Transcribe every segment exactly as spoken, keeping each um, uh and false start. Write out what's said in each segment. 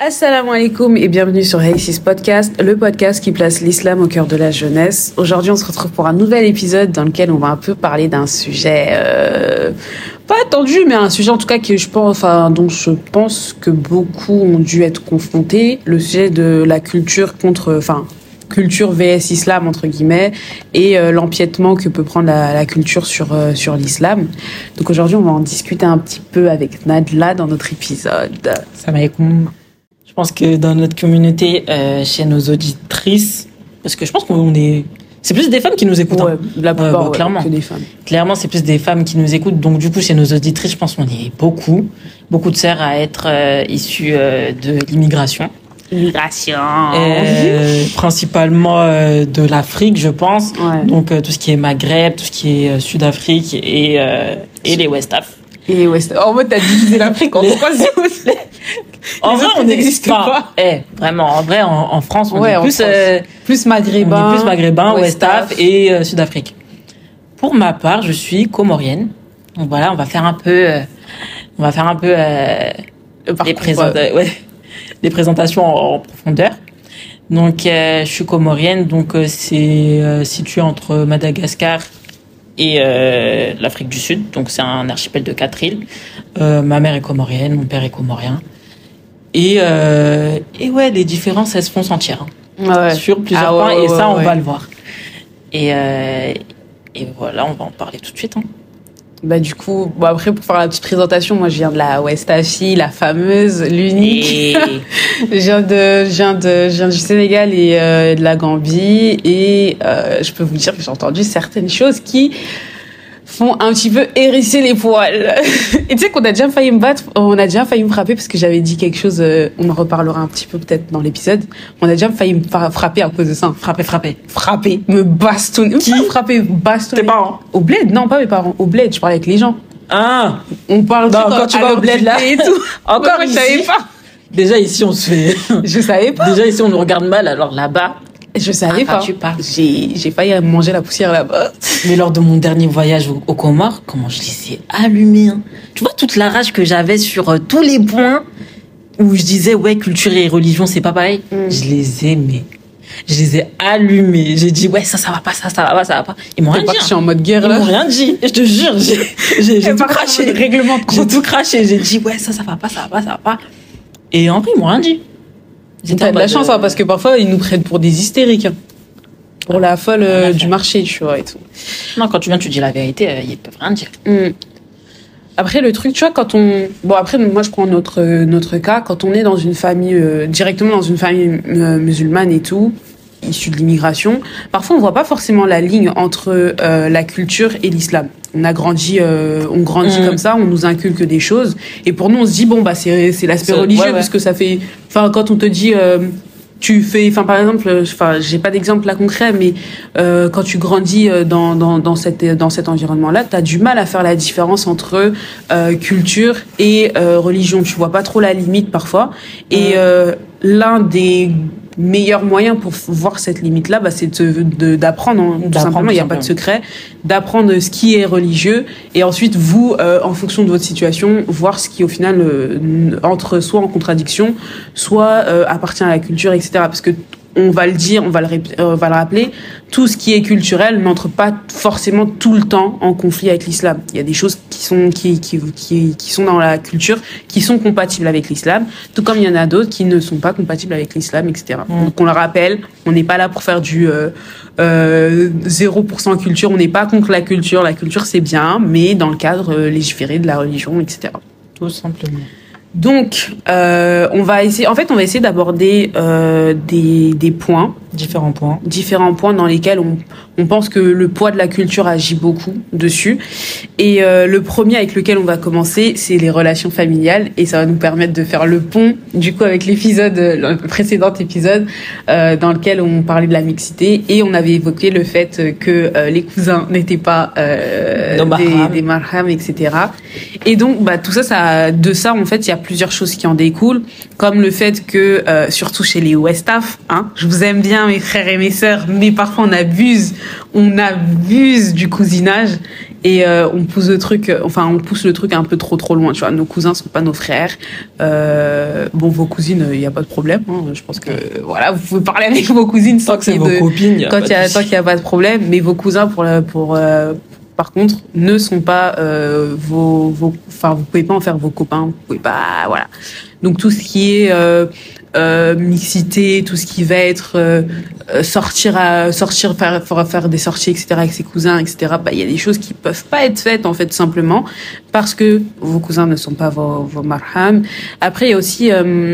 Assalamu alaikum et bienvenue sur Haïsis Podcast, le podcast qui place l'islam au cœur de la jeunesse. Aujourd'hui, on se retrouve pour un nouvel épisode dans lequel on va un peu parler d'un sujet euh, pas attendu, mais un sujet en tout cas que je pense, enfin, dont je pense que beaucoup ont dû être confrontés, le sujet de la culture contre, enfin, culture vs islam entre guillemets, et euh, l'empiètement que peut prendre la, la culture sur euh, sur l'islam. Donc aujourd'hui, on va en discuter un petit peu avec Nadla dans notre épisode. Salam alaikum. Je pense que dans notre communauté, euh, chez nos auditrices, parce que je pense qu'on est, c'est plus des femmes qui nous écoutent. Ouais, hein. la plupart, ouais, bah, ouais, clairement. que des femmes. Clairement, c'est plus des femmes qui nous écoutent. Donc, du coup, chez nos auditrices, je pense qu'on est beaucoup, beaucoup de sœurs à être euh, issues euh, de l'immigration. Immigration. Euh, principalement euh, de l'Afrique, je pense. Ouais. Donc, euh, tout ce qui est Maghreb, tout ce qui est euh, Sud-Afrique et, euh, et les West Af. Et West. En mode, t'as divisé l'Afrique en trois zones. En vrai, on n'existe pas. Eh, vraiment, en vrai, en, en France, on Ouais, est en plus, France. euh, Plus maghrébin. on est plus maghrébin, West Af Af. et euh, Sud-Afrique. Pour ma part, je suis comorienne. Donc voilà, on va faire un peu, euh, on va faire un peu euh, Le parcours, des, présenta- ouais. ouais, des présentations en, en profondeur. Donc, euh, je suis comorienne, donc euh, c'est euh, situé entre Madagascar et euh, l'Afrique du Sud. Donc, c'est un archipel de quatre îles. Euh, ma mère est comorienne, mon père est comorien. Et, euh, et ouais, les différences, elles se font sentir. Hein, Ouais. sur plusieurs Ah ouais, points, ouais, et ça, ouais, on ouais. va le voir. Et, euh, et voilà, on va en parler tout de suite. Hein. Bah, du coup, bon, après, pour faire la petite présentation, moi, je viens de la West Afi, la fameuse, l'unique. Et je viens de, je viens de, je viens du Sénégal et euh, de la Gambie. Et euh, je peux vous dire que j'ai entendu certaines choses qui font un petit peu hérisser les poils. Et tu sais qu'on a déjà failli me battre, on a déjà failli me frapper parce que j'avais dit quelque chose, euh, on en reparlera un petit peu peut-être dans l'épisode. On a déjà failli me fa- frapper à cause de ça. frappez, frappez. Frapper, me bastonner. Qui frapper, bastonner. Tes parents? Au bled? Non, pas mes parents. Au bled, je parlais avec les gens. Ah, On parle Non, tout quand tu à vas l'heure au bled, du là. thé et tout. Encore Moi, je ici. savais pas. déjà ici, on se fait. Je savais pas. Déjà ici, on nous regarde mal, alors là-bas. Je savais Ah, pas. tu parles. J'ai, j'ai failli manger la poussière là-bas. Mais lors de mon dernier voyage au, au Comores, comment je les ai allumés. Hein. Tu vois toute la rage que j'avais sur euh, tous les points où je disais, ouais, culture et religion, c'est pas pareil. Mm. Je les ai, mais je les ai allumés. J'ai dit, ouais, ça, ça va pas, ça, ça va pas, ça va pas. Ils m'ont rien T'es dit. parti hein. en mode guerre Ils là. m'ont rien dit. Je te jure, j'ai, j'ai, j'ai T'es tout parti en craché. mode règlement de J'ai compte. tout craché. J'ai dit, ouais, ça, ça va pas, ça va pas, ça va pas. Et en vrai, ils m'ont rien dit. J'étais T'as en de la mode, chance, euh, hein, parce que parfois, ils nous prennent pour des hystériques. hein. Pour la folle euh, Rien à du faire. marché, tu vois, et tout. Non, quand tu viens, tu dis la vérité, euh, ils peuvent rien dire. Mm. Après, le truc, tu vois, quand on... Bon, après, moi, je prends notre, notre cas. Quand on est dans une famille, euh, directement dans une famille euh, musulmane et tout, issue de l'immigration, parfois, on voit pas forcément la ligne entre euh, la culture et l'islam. On a grandi, euh, on grandit Mm. comme ça, on nous inculque des choses. Et pour nous, on se dit, bon, bah, c'est, c'est l'aspect C'est- religieux, ouais, ouais. parce que ça fait... Enfin, quand on te dit... euh, tu fais, enfin par exemple, euh, enfin j'ai pas d'exemple là concret, mais euh, quand tu grandis euh, dans dans dans cette dans cet environnement-là, t'as du mal à faire la différence entre euh, culture et euh, religion. Tu vois pas trop la limite parfois. Et Ouais. euh, l'un des meilleurs moyens pour f- voir cette limite-là, bah, c'est de, de- d'apprendre. hein, tout D'apprendre, simplement, il y a tout pas de simplement. secret. D'apprendre ce qui est religieux et ensuite vous, euh, en fonction de votre situation, voir ce qui au final euh, n- entre soit en contradiction, soit euh, appartient à la culture, et cetera. Parce que on va le dire, on va le, rép- euh, on va le rappeler, tout ce qui est culturel n'entre pas forcément tout le temps en conflit avec l'islam. Il y a des choses qui sont qui qui qui, qui sont dans la culture qui sont compatibles avec l'islam, tout comme il y en a d'autres qui ne sont pas compatibles avec l'islam, et cetera. Mm. Donc on le rappelle, on n'est pas là pour faire du euh, euh, zéro pour cent culture, on n'est pas contre la culture, la culture c'est bien, mais dans le cadre euh, légiféré de la religion, et cetera. Tout simplement. Donc, euh, on va essayer. En fait, on va essayer d'aborder euh, des des points, Différents points. différents points dans lesquels on on pense que le poids de la culture agit beaucoup dessus. Et euh, le premier avec lequel on va commencer, c'est les relations familiales, et ça va nous permettre de faire le pont du coup avec l'épisode, le précédent épisode, euh, dans lequel on parlait de la mixité et on avait évoqué le fait que euh, les cousins n'étaient pas euh, Nos des, marhams. des marhams, et cetera. Et donc, bah tout ça, ça de ça en fait, il y a plusieurs choses qui en découlent, comme le fait que euh, surtout chez les West Af, hein, je vous aime bien, bien mes frères et mes sœurs, mais parfois on abuse, on abuse du cousinage et euh, on pousse le truc, enfin on pousse le truc un peu trop trop loin. Tu vois, nos cousins sont pas nos frères. Euh, bon, vos cousines, il y a pas de problème. Hein, je pense que voilà, vous pouvez parler avec vos cousines sans que c'est qu'il vos de, copines. Quand il y a, tant qu'il y a pas de problème, mais vos cousins pour la, pour euh, par contre, ne sont pas euh, vos, vos, enfin, vous pouvez pas en faire vos copains, vous pouvez pas, voilà. Donc tout ce qui est euh, euh, mixité, tout ce qui va être euh, sortir, à, sortir, faire, faire des sorties, et cetera avec ses cousins, et cetera. Bah, il y a des choses qui peuvent pas être faites en fait simplement parce que vos cousins ne sont pas vos, vos marham. Après, il y a aussi euh,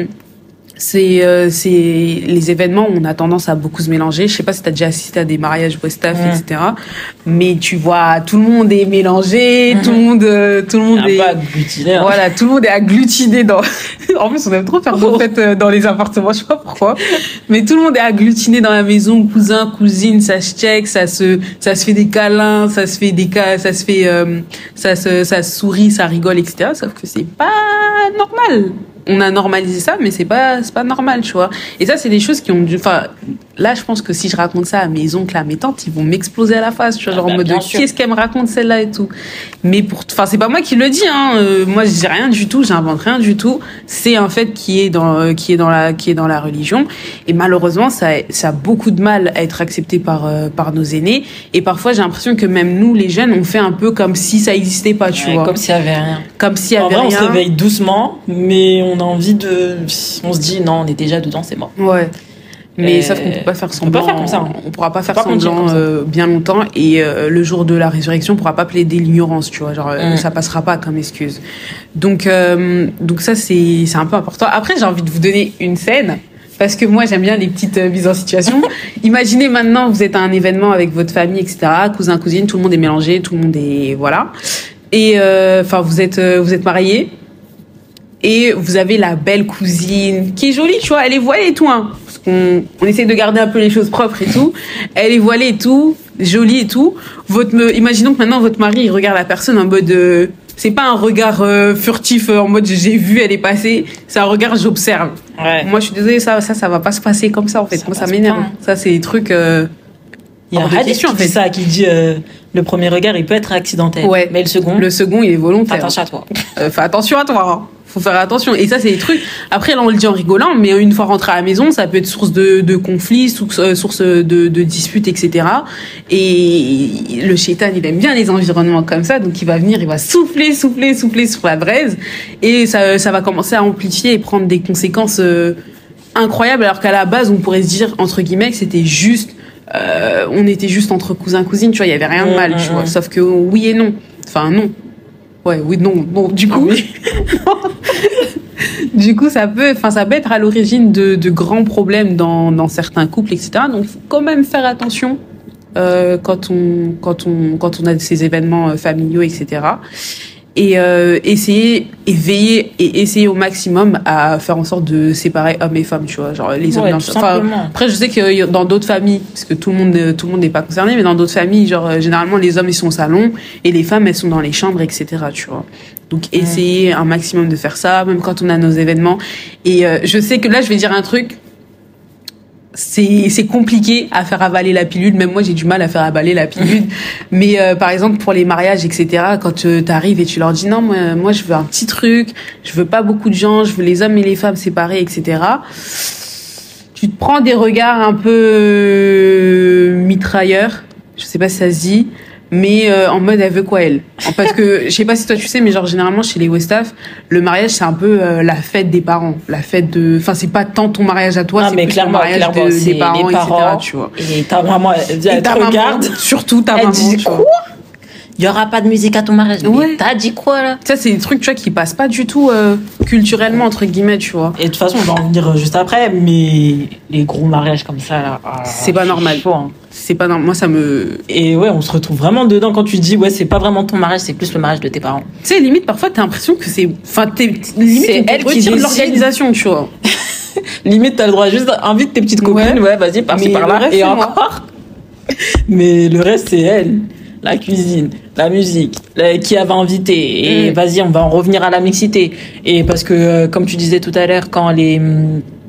c'est euh, c'est les événements où on a tendance à beaucoup se mélanger. Je sais pas si t'as déjà assisté à des mariages Westaf, mmh. et cetera. Mais tu vois, tout le monde est mélangé, mmh. tout le monde, euh, tout le monde est est agglutiné. Hein. Voilà, tout le monde est agglutiné dans. En plus, on aime trop faire des fêtes dans les appartements. Je sais pas pourquoi, mais tout le monde est agglutiné dans la maison. Cousin, cousine, ça se check, ça se, ça se fait des câlins, ça se fait des cas, ça se fait, euh, ça se, ça se sourit, ça rigole, et cetera. Sauf que c'est pas normal. On a normalisé ça, mais c'est pas, c'est pas normal, tu vois. Et ça, c'est des choses qui ont dû, enfin, là, je pense que si je raconte ça à mes oncles, à mes tantes, ils vont m'exploser à la face, tu vois, genre ah bah, en mode, qu'est-ce qu'elle me raconte celle-là et tout. Mais pour, enfin, c'est pas moi qui le dis, hein. Euh, moi, je dis rien du tout, j'invente rien du tout. C'est un fait qui est dans, euh, qui est dans la, qui est dans la religion. Et malheureusement, ça, ça a beaucoup de mal à être accepté par, euh, par nos aînés. Et parfois, j'ai l'impression que même nous, les jeunes, on fait un peu comme si ça existait pas, tu ouais, vois. Comme s'il y avait rien. Comme s'il y avait en vrai, rien. On se réveille doucement, mais on a envie de, on se dit non, on est déjà dedans, c'est mort. Ouais. Mais sauf qu'on peut pas faire semblant. On peut pas faire comme ça. Hein. On pourra pas faire pas semblant euh, bien longtemps et euh, le jour de la résurrection, on pourra pas plaider l'ignorance, tu vois. Genre mm. ça passera pas comme excuse. Donc euh, donc ça c'est c'est un peu important. Après j'ai envie de vous donner une scène parce que moi j'aime bien les petites euh, mises en situation. Imaginez maintenant vous êtes à un événement avec votre famille, et cetera. Cousin, cousine, tout le monde est mélangé, tout le monde est voilà. Et enfin euh, vous êtes euh, vous êtes mariés. Et vous avez la belle cousine qui est jolie, tu vois, elle est voilée et tout, hein. Parce qu'on on essaie de garder un peu les choses propres et tout. Elle est voilée et tout, jolie et tout. Votre, me, imaginons que maintenant votre mari il regarde la personne en mode, euh, c'est pas un regard euh, furtif euh, en mode j'ai vu, elle est passée. C'est un regard j'observe. Ouais. Moi je suis désolée, ça, ça, ça va pas se passer comme ça en fait. Ça Moi ça m'énerve. Hein. Ça c'est des trucs. Euh, il y a un hadith qui en fait. dit ça, qui dit euh, le premier regard il peut être accidentel, ouais. mais le second. Le second il est volontaire. Fais attention à toi. Euh, fais attention à toi. Hein. Faut faire attention. Et ça, c'est des trucs. Après, là, on le dit en rigolant, mais une fois rentré à la maison, ça peut être source de, de conflits, source, euh, source de, de disputes, et cetera. Et le shaitan, il aime bien les environnements comme ça, donc il va venir, il va souffler, souffler, souffler sur la braise, et ça, ça va commencer à amplifier et prendre des conséquences euh, incroyables, alors qu'à la base, on pourrait se dire, entre guillemets, que c'était juste, euh, on était juste entre cousins, cousines, tu vois, il y avait rien de mal, mmh, tu mmh. vois. Sauf que oui et non. Enfin, non. Ouais, oui, non, non, du coup, oui. Du coup, ça peut, enfin, ça peut être à l'origine de, de grands problèmes dans, dans certains couples, et cetera. Donc, faut quand même faire attention euh, quand on, quand on, quand on a ces événements familiaux, et cetera. Et euh, essayer et veiller et essayer au maximum à faire en sorte de séparer hommes et femmes, tu vois, genre les hommes. Ouais, dans... enfin, après, je sais que dans d'autres familles, parce que tout le monde, tout le monde n'est pas concerné, mais dans d'autres familles, genre généralement les hommes ils sont au salon et les femmes elles sont dans les chambres, et cetera. Tu vois. Donc essayer un maximum de faire ça, même quand on a nos événements. Et euh, je sais que là, je vais dire un truc. C'est, c'est compliqué à faire avaler la pilule. Même moi, j'ai du mal à faire avaler la pilule. Mais euh, par exemple, pour les mariages, et cetera, quand euh, t'arrives et tu leur dis non, moi, moi, je veux un petit truc, je veux pas beaucoup de gens, je veux les hommes et les femmes séparés, et cetera. Tu te prends des regards un peu euh, mitrailleurs. Je sais pas si ça se dit. Mais euh, en mode elle veut quoi elle, parce que je sais pas si toi tu sais, mais genre généralement chez les Westaf le mariage c'est un peu euh, la fête des parents, la fête de, enfin c'est pas tant ton mariage à toi, ah, c'est mais plus clairement, ton mariage clairement, de, des parents, les parents, et cetera. Tu vois. Et ta maman elle, elle, elle te maman, regarde, surtout ta elle maman. Dit, quoi il y aura pas de musique à ton mariage. Ouais. Mais t'as dit quoi là? Ça c'est des trucs tu vois qui passent pas du tout euh, culturellement entre guillemets, tu vois. Et de toute façon on va en venir juste après, mais les gros mariages comme ça là, ah, c'est pas normal. Chaud, hein. C'est pas normal. Moi ça me. Et ouais, on se retrouve vraiment dedans quand tu dis ouais c'est pas vraiment ton mariage, c'est plus le mariage de tes parents. Tu sais limite parfois t'as l'impression que c'est, enfin t'es limite c'est elle qui décide de l'organisation, tu vois. Limite t'as le droit juste invite tes petites copines, ouais, ouais vas-y par-ci par-là et encore. Mais le reste c'est elle. La cuisine, la musique, la, qui avait invité, et mmh. vas-y, on va en revenir à la mixité. Et parce que, euh, comme tu disais tout à l'heure, quand les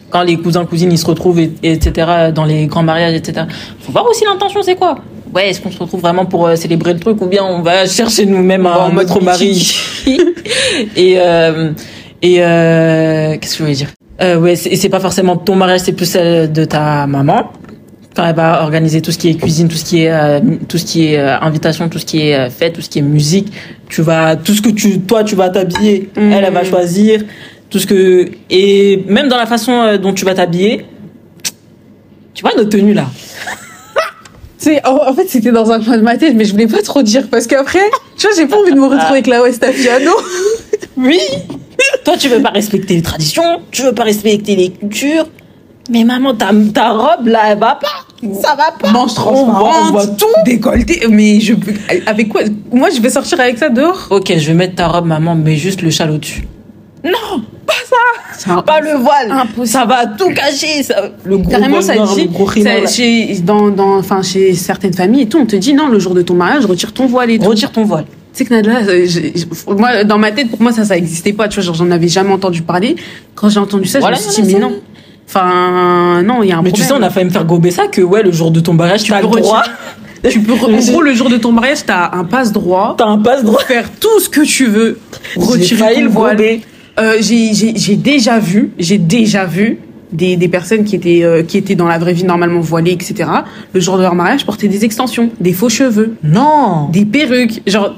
quand les cousins cousines ils se retrouvent et, et etc dans les grands mariages et cetera. Faut voir aussi l'intention c'est quoi. Ouais, est-ce qu'on se retrouve vraiment pour euh, célébrer le truc ou bien on va chercher nous-mêmes un autre mari. et euh, et euh, qu'est-ce que je voulais dire euh, ouais, c'est, c'est pas forcément ton mariage, c'est plus celle de ta maman. Quand elle va organiser tout ce qui est cuisine, tout ce qui est euh, tout ce qui est euh, invitation, tout ce qui est euh, fête, tout ce qui est musique, tu vas tout ce que tu toi tu vas t'habiller, mmh. elle elle va choisir tout ce que et même dans la façon dont tu vas t'habiller. Tu vois nos tenues là. C'est, en fait, c'était dans un coin de ma tête, mais je voulais pas trop dire, parce qu'après, tu vois, j'ai pas envie de me retrouver avec la Westafiano. Oui. Toi, tu veux pas respecter les traditions, tu veux pas respecter les cultures, mais maman, ta, ta robe, là, elle va pas. Ça va pas. Manche transparente, on voit tout. Décolleté, mais je, avec quoi? Moi, je vais sortir avec ça dehors. Ok, je vais mettre ta robe, maman, mais juste le châle au-dessus. Non, pas ça. Un, pas le voile. Impossible. Ça va tout cacher. Ça, le gros carrément, ça noir, dit, ça, chez, dans, dans, enfin, chez certaines familles et tout, on te dit non, le jour de ton mariage, retire ton voile et tout. Retire ton voile. Tu sais que Nadla, moi, dans ma tête, pour moi, ça, ça existait pas. Tu vois, genre, j'en avais jamais entendu parler. Quand j'ai entendu ça, voilà, je me suis dit, mais non. Enfin, non, il y a un mais problème. Mais tu sais, on a failli me faire gober ça que, ouais, le jour de ton mariage, tu as le droit. Tu peux, en gros, le jour de ton mariage, t'as un passe droit. T'as un passe droit. Faire tout ce que tu veux. Retirer ton voile. Euh, j'ai, j'ai, j'ai déjà vu, j'ai déjà vu des, des personnes qui étaient, euh, qui étaient dans la vraie vie normalement voilées, et cetera. Le jour de leur mariage, portaient des extensions, des faux cheveux. Non. Des perruques. Genre.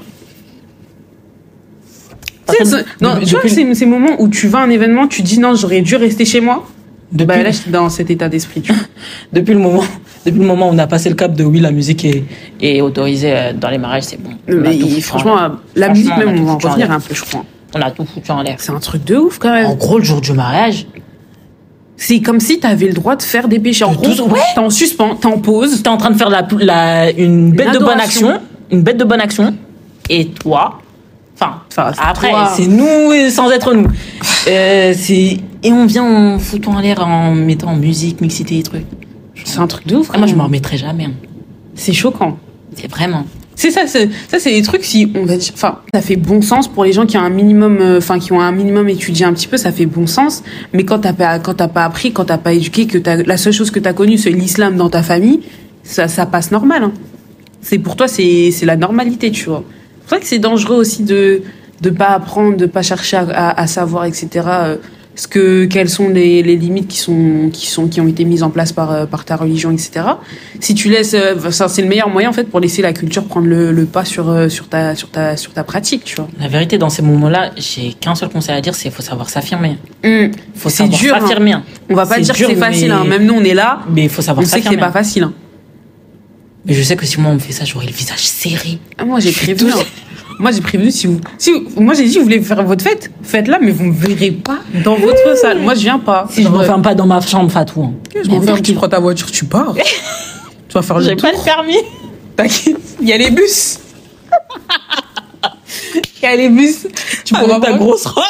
Tu sais, non, tu vois, ces, ces moments où tu vas à un événement, tu dis non, j'aurais dû rester chez moi. Depuis... Bah là, j'étais dans cet état d'esprit, tu vois. depuis le moment, depuis le moment où on a passé le cap de oui, la musique est, est autorisée dans les mariages, c'est bon. Mais franchement, la franchement, musique même, on va en revenir un peu, je crois. On a tout foutu en l'air. C'est un truc de ouf, quand même. En gros, le jour du mariage, c'est comme si t'avais le droit de faire des péchés. En gros, ouais. T'es en suspens, t'es en pause. T'es en train de faire la, la, une bête de bonne action. Une bête de bonne action. Et toi, enfin, enfin après, toi. C'est nous sans être nous. euh, c'est, et on vient, on fout en l'air en mettant musique, mixité et trucs. C'est un truc de ouf. Ah, moi, je m'en remettrai jamais. Hein. C'est choquant. C'est vraiment. C'est ça, c'est, ça, c'est des trucs, si on va dire, enfin, ça fait bon sens pour les gens qui ont un minimum, enfin, euh, qui ont un minimum étudié un petit peu, ça fait bon sens. Mais quand t'as pas, quand t'as pas appris, quand t'as pas éduqué, que t'as, la seule chose que t'as connue, c'est l'islam dans ta famille, ça, ça passe normal, hein. C'est, pour toi, c'est, c'est la normalité, tu vois. C'est pour ça que c'est dangereux aussi de, de pas apprendre, de pas chercher à, à, à savoir, et cetera, euh, ce que, quelles sont les, les limites qui sont, qui sont, qui ont été mises en place par, par ta religion, et cetera. Si tu laisses, ça, c'est le meilleur moyen, en fait, pour laisser la culture prendre le, le pas sur, sur ta, sur ta, sur ta pratique, tu vois. La vérité, dans ces moments-là, j'ai qu'un seul conseil à dire, c'est, faut savoir s'affirmer. Mmh. Faut c'est savoir dur, s'affirmer. Hein. On va pas c'est dire dur, que c'est facile, mais... hein. Même nous, on est là. Mais il faut savoir on s'affirmer. On sait que c'est pas facile, hein. Mais je sais que si moi on me fait ça, j'aurai le visage serré. Ah, moi, j'ai prévenu. Moi, j'ai prévenu si vous, si vous, moi j'ai dit vous voulez faire votre fête, faites-la, mais vous me verrez pas dans votre salle. Moi, je viens pas. Si genre, je m'enferme pas dans ma chambre, Fatou. Hein. Je m'enferme, tu prends ta voiture, tu pars. Tu vas faire le j'ai tour. J'ai pas le permis. T'inquiète, il y a les bus. Il y a les bus. Tu pourras ta grosse robe.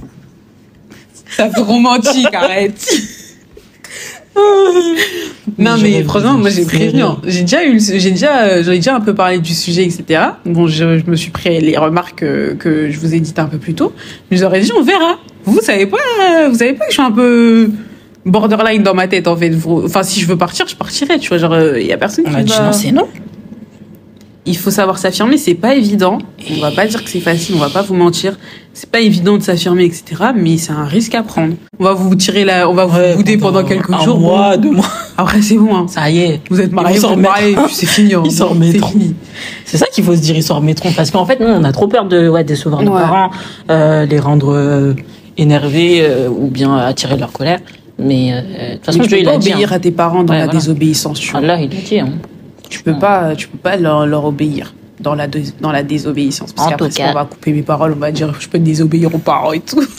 Ça fait romantique, arrête. Non mais franchement moi j'ai prévenu hein. j'ai déjà eu j'ai déjà euh, j'en ai déjà un peu parlé du sujet etc. Bon je, je me suis pris les remarques que, que je vous ai dites un peu plus tôt, mais j'aurais dit on verra. Vous savez pas vous savez pas que je suis un peu borderline dans ma tête en fait. Enfin si je veux partir je partirai, tu vois, genre il y a personne on qui a dit va... non c'est non. Il faut savoir s'affirmer, c'est pas évident. On va pas dire que c'est facile, on va pas vous mentir. C'est pas évident de s'affirmer, et cetera. Mais c'est un risque à prendre. On va vous tirer la, on va vous ouais, bouder pendant, pendant quelques un jours. Un mois, deux mois. Après c'est bon. Hein. Ça y est. Vous êtes mariés, vous êtes mariés, c'est fini. Hein. Ils s'en remettront. C'est ça qu'il faut se dire, ils s'en remettront. Parce qu'en fait, nous, on a trop peur de ouais, décevoir nos ouais. parents, euh, les rendre euh, énervés euh, ou bien attirer leur colère. Mais euh, de toute façon, tu Dieu, peux pas il a obéir dit, à tes parents dans ouais, la voilà. désobéissance. Tu vois. Allah, il a dit. Hein. Tu peux pas, tu peux pas leur, leur obéir. Dans la, dé- dans la désobéissance. Parce en qu'après, si on va couper mes paroles, on va dire je peux désobéir aux parents et tout.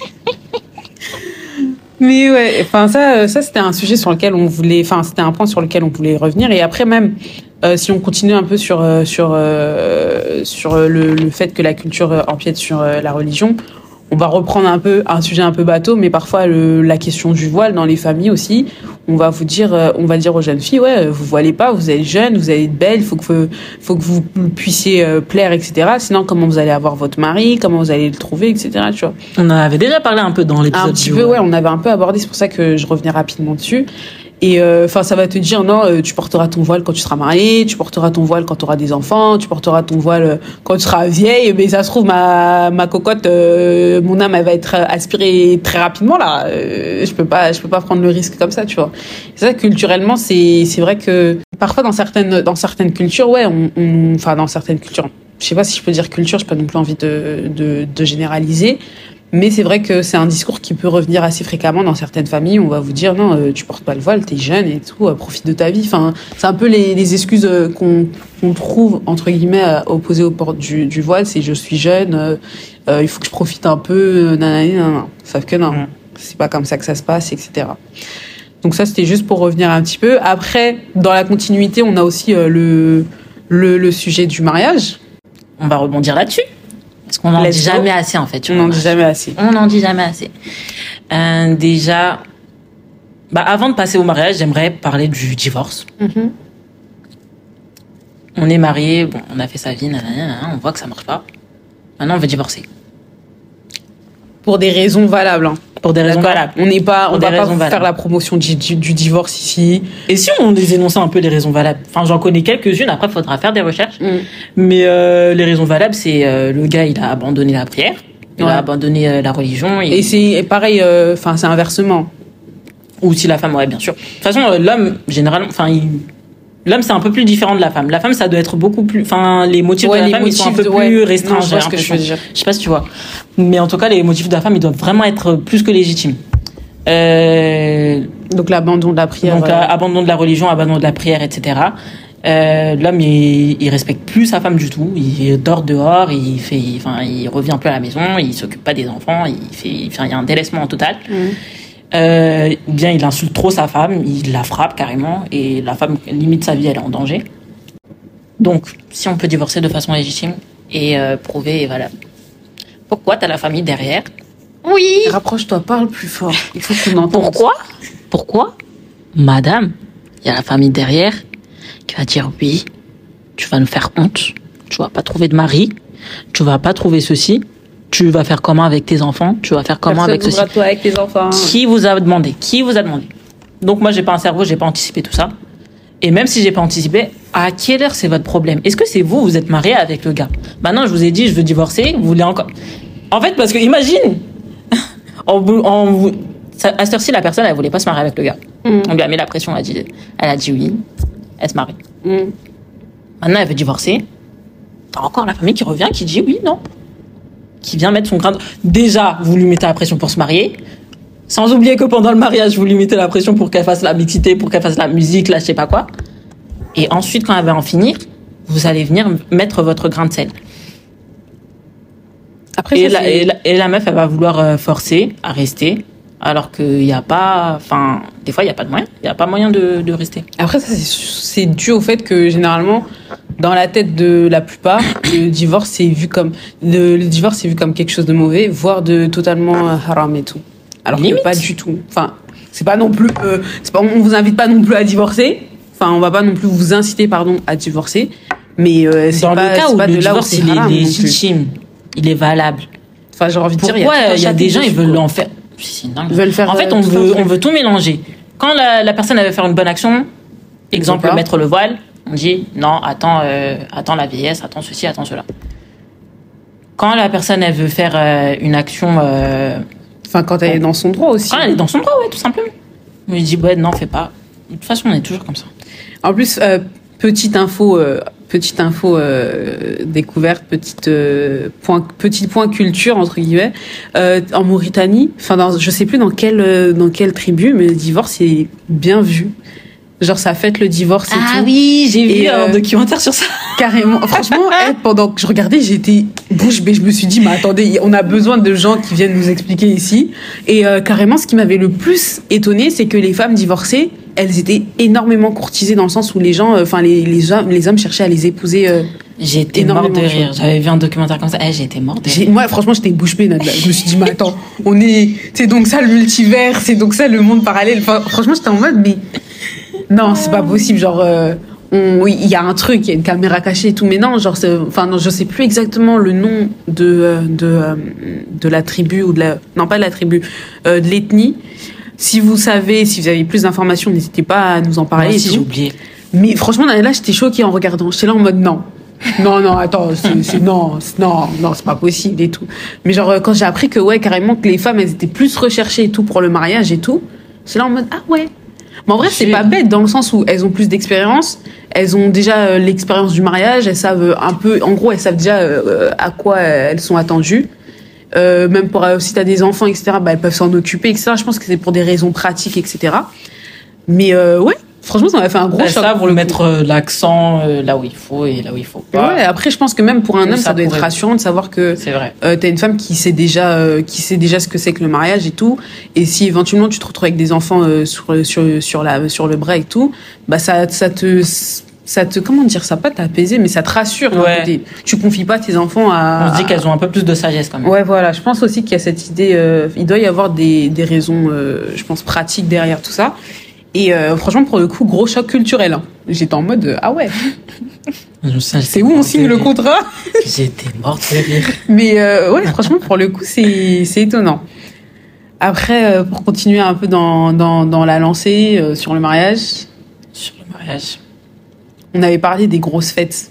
Mais ouais, enfin, ça, ça, c'était un sujet sur lequel on voulait, enfin, c'était un point sur lequel on voulait revenir. Et après, même, euh, si on continue un peu sur, sur, euh, sur le, le fait que la culture empiète sur euh, la religion, on va reprendre un peu un sujet un peu bateau, mais parfois le, la question du voile dans les familles aussi, on va vous dire, euh, on va dire aux jeunes filles, ouais, vous voilez pas, vous êtes jeunes, vous allez être belles, faut que faut que vous puissiez euh, plaire, et cetera. Sinon, comment vous allez avoir votre mari, comment vous allez le trouver, et cetera. Tu vois. On en avait déjà parlé un peu dans l'épisode. Un petit peu, ouais, on avait un peu abordé. C'est pour ça que je revenais rapidement dessus. Et enfin, euh, ça va te dire non, euh, tu porteras ton voile quand tu seras marié, tu porteras ton voile quand tu auras des enfants, tu porteras ton voile quand tu seras vieille. Mais ça se trouve ma ma cocotte, euh, mon âme, elle va être aspirée très rapidement là. Euh, je peux pas, je peux pas prendre le risque comme ça, tu vois. C'est ça, culturellement, c'est c'est vrai que parfois dans certaines dans certaines cultures, ouais, on, on enfin dans certaines cultures, je sais pas si je peux dire culture, j'ai pas non plus envie de de, de généraliser. Mais c'est vrai que c'est un discours qui peut revenir assez fréquemment dans certaines familles. On va vous dire non, euh, tu portes pas le voile, t'es jeune et tout, euh, profite de ta vie. Enfin, c'est un peu les, les excuses euh, qu'on, qu'on trouve entre guillemets euh, opposées au port du, du voile. C'est je suis jeune, euh, euh, il faut que je profite un peu. Nanana, nanana. Sauf que non, mmh. c'est pas comme ça que ça se passe, et cetera. Donc ça, c'était juste pour revenir un petit peu. Après, dans la continuité, on a aussi euh, le, le le sujet du mariage. On va rebondir là-dessus. Parce qu'on n'en dit jamais assez, en fait. On n'en dit jamais assez. On n'en dit jamais assez. Euh, déjà, bah, avant de passer au mariage, j'aimerais parler du divorce. Mm-hmm. On est mariés, bon, on a fait sa vie, nanana, on voit que ça marche pas. Maintenant, on veut divorcer. Pour des raisons valables. Hein. Pour des raisons D'accord. valables. On n'est pas, Pour on va pas valables. faire la promotion du, du, du divorce ici. Et si on les énonçait un peu les raisons valables? Enfin, j'en connais quelques-unes. Après, il faudra faire des recherches. Mm. Mais euh, les raisons valables, c'est euh, le gars, il a abandonné la prière, il ouais. a abandonné euh, la religion. Et, et c'est pareil. Enfin, euh, c'est inversement. Ou si la femme, ouais, bien sûr. De toute façon, euh, l'homme, généralement, enfin, il... l'homme, c'est un peu plus différent de la femme. La femme, ça doit être beaucoup plus... Enfin, les motifs ouais, de la femme, ils sont un peu de... plus ouais. restreints. Non, je vois ce que je veux dire. Je sais pas si tu vois. Mais en tout cas, les motifs de la femme, ils doivent vraiment être plus que légitimes. Euh... Donc, l'abandon de la prière. Donc, euh... abandon de la religion, abandon de la prière, et cetera. Euh, l'homme, il, il respecte plus sa femme du tout. Il dort dehors, il fait... Enfin, il revient plus à la maison, il s'occupe pas des enfants, il fait... Enfin, il y a un délaissement total. Mmh. Euh, ou bien il insulte trop sa femme, il la frappe carrément, et la femme, limite sa vie, elle est en danger. Donc, si on peut divorcer de façon légitime et euh, prouvée et valable. Pourquoi t'as la famille derrière? Oui. Rapproche-toi, parle plus fort. Il faut qu'on entende. Pourquoi? Pourquoi, madame, il y a la famille derrière qui va dire oui, tu vas nous faire honte, tu vas pas trouver de mari, tu vas pas trouver ceci. Tu vas faire comment avec tes enfants? Tu vas faire comment Personne avec ceci? Toi avec tes enfants. Qui vous a demandé? Qui vous a demandé? Donc moi, j'ai pas un cerveau, j'ai pas anticipé tout ça. Et même si j'ai pas anticipé, à quelle heure c'est votre problème? Est-ce que c'est vous, vous êtes marié avec le gars? Maintenant, je vous ai dit, je veux divorcer. Vous voulez encore? En fait, parce que imagine, on, on, à cette heure-ci, la personne, elle voulait pas se marier avec le gars. Mm. On lui a mis la pression, elle a dit, elle a dit oui, elle se marie. Mm. Maintenant, elle veut divorcer. T'as encore la famille qui revient, qui dit oui, non. Qui vient mettre son grain de... Déjà, vous lui mettez la pression pour se marier. Sans oublier que pendant le mariage, vous lui mettez la pression pour qu'elle fasse la mixité, pour qu'elle fasse la musique, là, je sais pas quoi. Et ensuite, quand elle va en finir, vous allez venir mettre votre grain de sel. Après, et, ça, la, et, la, et la meuf, elle va vouloir forcer à rester, alors qu'il n'y a pas... Enfin, des fois, il n'y a pas de moyen. Il n'y a pas moyen de, de rester. Après, ça, c'est, c'est dû au fait que, généralement... Dans la tête de la plupart, le divorce c'est vu comme le, le divorce c'est vu comme quelque chose de mauvais, voire de totalement euh, haram et tout. Alors Limite. que pas du tout. Enfin, c'est pas non plus. Euh, c'est pas, on vous invite pas non plus à divorcer. Enfin, on va pas non plus vous inciter, pardon, à divorcer. Mais euh, c'est dans pas, le cas où pas le de divorce là où il est légitime, il est valable. Enfin, j'ai envie de Pourquoi dire. Pourquoi il y a, y a des gens ils veulent l'en faire. C'est dingue. Ils veulent faire. En fait, on veut on veut tout mélanger. Quand la, la personne elle veut faire une bonne action, exemple mettre le voile. On dit non, attends, euh, attends la vieillesse, attends ceci, attends cela. Quand la personne elle veut faire euh, une action, euh, enfin quand elle bon, est dans son droit aussi. Quand elle est dans son droit, ouais, tout simplement. On lui dit ouais non, fais pas. De toute façon, on est toujours comme ça. En plus, euh, petite info, euh, petite info euh, découverte, petite euh, point, petit point culture entre guillemets. Euh, en Mauritanie, enfin dans, je sais plus dans quelle dans quelle tribu, mais le divorce est bien vu. Genre ça fête le divorce et ah tout. Ah oui, j'ai et vu euh, un documentaire sur ça. Carrément. Franchement, elle, pendant que je regardais, j'étais bouche bée. Je me suis dit, mais attendez, on a besoin de gens qui viennent nous expliquer ici. Et euh, carrément, ce qui m'avait le plus étonnée, c'est que les femmes divorcées, elles étaient énormément courtisées dans le sens où les gens, enfin les les hommes, les hommes cherchaient à les épouser. Euh, J'ai été morte de rire. J'avais vu un documentaire comme ça. Eh, j'ai été morte de rire. Moi, franchement, j'étais bouche bée. Je me suis dit, mais attends, on est, c'est donc ça le multivers, c'est donc ça le monde parallèle. Enfin, franchement, j'étais en mode, mais non, c'est pas possible. Genre, euh, oui, il y a un truc, il y a une caméra cachée et tout, mais non, genre, enfin, non, je sais plus exactement le nom de de de la tribu ou de la, non pas de la tribu, euh, de l'ethnie. Si vous savez, si vous avez plus d'informations, n'hésitez pas à nous en parler. Moi aussi, j'ai oublié. Mais franchement, là, j'étais choquée en regardant. J'étais là en mode non. Non, non, attends, c'est, c'est, non, c'est, non, non, c'est pas possible et tout. Mais genre, quand j'ai appris que, ouais, carrément, que les femmes, elles étaient plus recherchées et tout pour le mariage et tout, c'est là en mode, ah ouais. Mais en vrai, c'est pas bête dans le sens où elles ont plus d'expérience, elles ont déjà euh, l'expérience du mariage, elles savent un peu, en gros, elles savent déjà euh, à quoi elles sont attendues. Euh, même pour, euh, si t'as des enfants, et cetera, bah, elles peuvent s'en occuper, et cetera. Je pense que c'est pour des raisons pratiques, et cetera. Mais, euh, ouais. Franchement, ça m'a fait un gros bah, choc. Ça, pour le mettre euh, l'accent euh, là où il faut et là où il faut pas. Ouais, après, je pense que même pour un homme, ça, ça doit être rassurant de savoir que c'est vrai. Euh, t'as une femme qui sait déjà, euh, qui sait déjà ce que c'est que le mariage et tout. Et si éventuellement tu te retrouves avec des enfants euh, sur sur sur la sur le bras et tout, bah ça ça te ça te comment dire ça pas t'apaiser, mais ça te rassure. Ouais. Côté. Tu confies pas tes enfants à. On se dit qu'elles ont un peu plus de sagesse quand même. Ouais, voilà. Je pense aussi qu'il y a cette idée. Euh, il doit y avoir des des raisons, euh, je pense pratiques derrière tout ça. Et euh, franchement, pour le coup, gros choc culturel. Hein. J'étais en mode, euh, ah ouais, c'est où on signe le contrat? J'étais morte de rire. Mais euh, ouais, franchement, pour le coup, c'est, c'est étonnant. Après, euh, pour continuer un peu dans, dans, dans la lancée euh, sur le mariage. Sur le mariage. On avait parlé des grosses fêtes.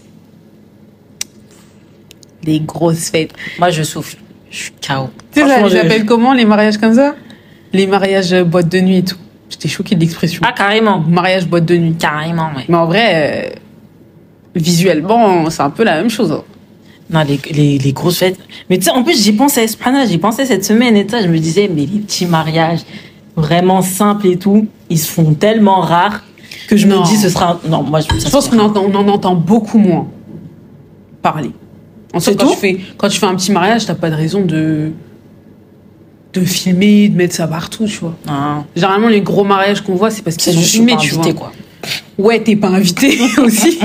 Des grosses fêtes. Moi, je souffle. Je suis K O. Tu sais, ça s'appelle comment, les mariages comme ça? Les mariages euh, boîte de nuit et tout. J'étais choquée de l'expression. Ah, carrément. Mariage boîte de nuit. Carrément, ouais. Mais en vrai, euh, visuellement, c'est un peu la même chose. Hein. Non, les, les, les grosses fêtes. Mais tu sais, en plus, j'y pensais à Esplanade, j'y pensais cette semaine et ça. Je me disais, mais les petits mariages vraiment simples et tout, ils se font tellement rares que je non. me dis, ce sera. Un... Non, moi, je, je pense qu'on entend, on en entend beaucoup moins parler. En fait, quand, tu fais, quand tu fais un petit mariage, t'as pas de raison de. de filmer, de mettre ça partout, tu vois. Ah. Généralement, les gros mariages qu'on voit, c'est parce qu'ils sont filmés, tu invité, vois. Quoi. Ouais, t'es pas invité aussi.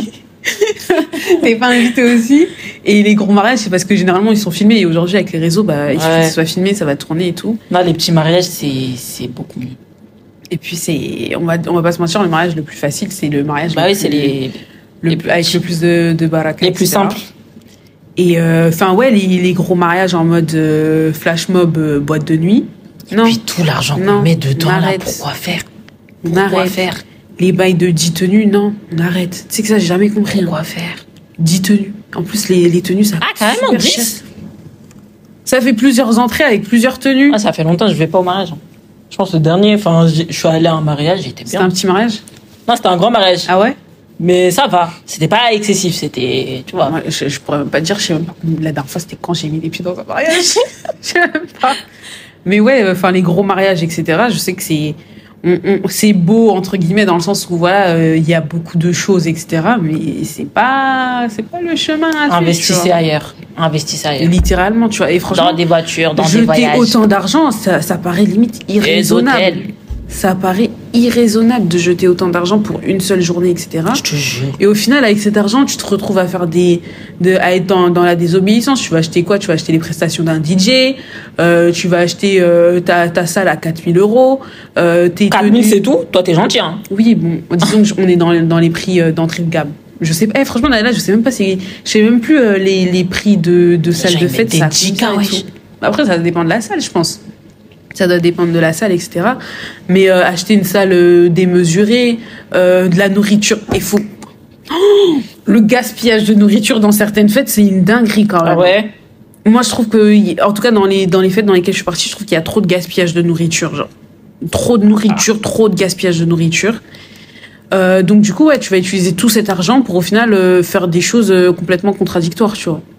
T'es pas invité aussi. Et les gros mariages, c'est parce que généralement, ils sont filmés. Et aujourd'hui, avec les réseaux, bah, il ouais. faut que ça soit filmé, ça va tourner et tout. Non, les petits mariages, c'est, c'est beaucoup mieux. Et puis, c'est, on va, on va pas se mentir, le mariage le plus facile, c'est le mariage. Bah le oui, plus, c'est les, le, les avec le plus de, de baraka. Les plus simples. Et enfin, euh, ouais, les, les gros mariages en mode euh, flash mob, euh, boîte de nuit. Et non. Puis tout l'argent qu'on non, met dedans, là, pourquoi faire? On pourquoi arrête. Faire les bails de dix tenues, non, on arrête. Tu sais que ça, j'ai jamais compris. Pourquoi hein. faire dix tenues. En plus, les, les tenues, ça ah, carrément, dix. Ça fait plusieurs entrées avec plusieurs tenues. Ah, ça fait longtemps que je vais pas au mariage. Je pense le dernier, enfin, je suis allé à un mariage, j'étais bien. C'était un petit mariage? Non, c'était un grand mariage. Ah ouais? Mais ça va. C'était pas excessif, c'était, tu vois. Moi, je, je pourrais même pas dire, je sais même pas. La dernière fois, c'était quand j'ai mis les pieds dans un mariage. Je sais même pas. Mais ouais, enfin, les gros mariages, et cetera, je sais que c'est, on, on, c'est beau, entre guillemets, dans le sens où, voilà, il euh, y a beaucoup de choses, et cetera, mais c'est pas, c'est pas le chemin à suivre. Investissez ailleurs. Investissez ailleurs. Littéralement, tu vois. Et franchement. Dans des voitures, dans des voyages. Jeter autant d'argent, ça, ça paraît limite irraisonnable. Ça paraît irraisonnable de jeter autant d'argent pour une seule journée, et cetera. Je te jure. Et au final, avec cet argent, tu te retrouves à faire des, de, à être dans, dans la désobéissance. Tu vas acheter quoi? Tu vas acheter les prestations d'un D J, euh, tu vas acheter, euh, ta, ta salle à quatre mille euros, euh, tes quatre mille, c'est tout? Toi, t'es gentil, hein? Oui, bon, disons qu'on est dans, dans les prix d'entrée de gamme. Je sais pas, eh, franchement, là, je sais même pas si, je sais même plus, euh, les, les prix de, de salle de fête, ça coûte ouais. tout. Après, ça dépend de la salle, je pense. Ça doit dépendre de la salle, et cetera. Mais euh, acheter une salle euh, démesurée, euh, de la nourriture, il faut... Oh, le gaspillage de nourriture dans certaines fêtes, c'est une dinguerie quand même. Ah ouais. Moi, je trouve que, en tout cas, dans les, dans les fêtes dans lesquelles je suis partie, je trouve qu'il y a trop de gaspillage de nourriture. Genre. Trop de nourriture, ah. trop de gaspillage de nourriture. Euh, donc, du coup, ouais, tu vas utiliser tout cet argent pour, au final, euh, faire des choses euh, complètement contradictoires, tu vois.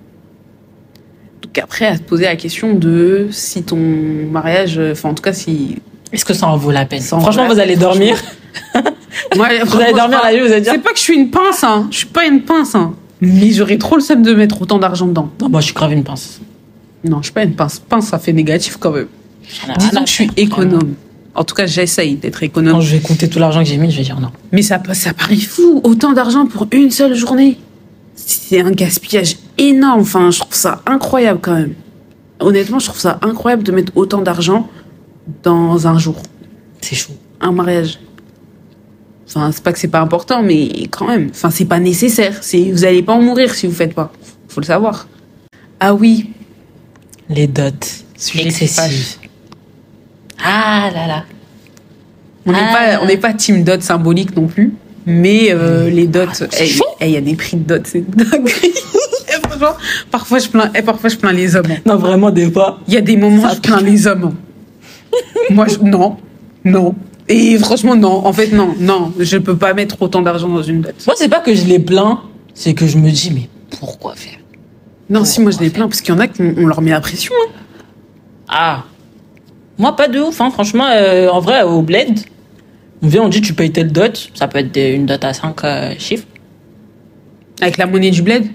Après, à se poser la question de si ton mariage, enfin en tout cas si... Est-ce que ça en vaut la peine? Ça Franchement, vous allez dormir. Moi, vous allez dormir la nuit, vous allez dire... C'est pas que je suis une pince, hein. Je suis pas une pince, hein. Mais j'aurais trop le seum de mettre autant d'argent dedans. Non, moi je suis grave une pince. Non, je suis pas une pince. Pince, ça fait négatif quand même. Disons que je suis économe. En tout cas, j'essaye d'être Quand économe. je vais compter tout l'argent que j'ai mis, je vais dire non. Mais ça, ça paraît fou, autant d'argent pour une seule journée. C'est un gaspillage énorme. Enfin, je trouve ça incroyable quand même. Honnêtement, je trouve ça incroyable de mettre autant d'argent dans un jour. C'est chaud. Un mariage. Enfin, c'est pas que c'est pas important, mais quand même. Enfin, c'est pas nécessaire. C'est, vous allez pas en mourir si vous faites pas. Faut le savoir. Ah oui. Les dots. Sujet Excessifs. Ah là là. On n'est Ah. pas, on n'est pas team dot symbolique non plus. Mais euh, les dots, Ah, c'est il chaud. y a des prix de dot, c'est dingue. Et franchement, parfois je plains, et parfois je plains les hommes. Non, vraiment, des fois. Il y a des moments Ça où je plains les hommes. Moi, je, non, non. Et franchement, non. En fait, non, non. Je peux pas mettre autant d'argent dans une dot. Moi, c'est pas que je les plains, c'est que je me dis, mais pourquoi faire? Non, si, moi je les plains parce qu'il y en a qu'on on leur met la pression. Hein. Ah. Moi, pas de ouf, hein. Franchement, euh, en vrai, au bled, on vient, on dit, tu payes telle dot. Ça peut être des- une dot à cinq euh, chiffres. Avec la monnaie du bled.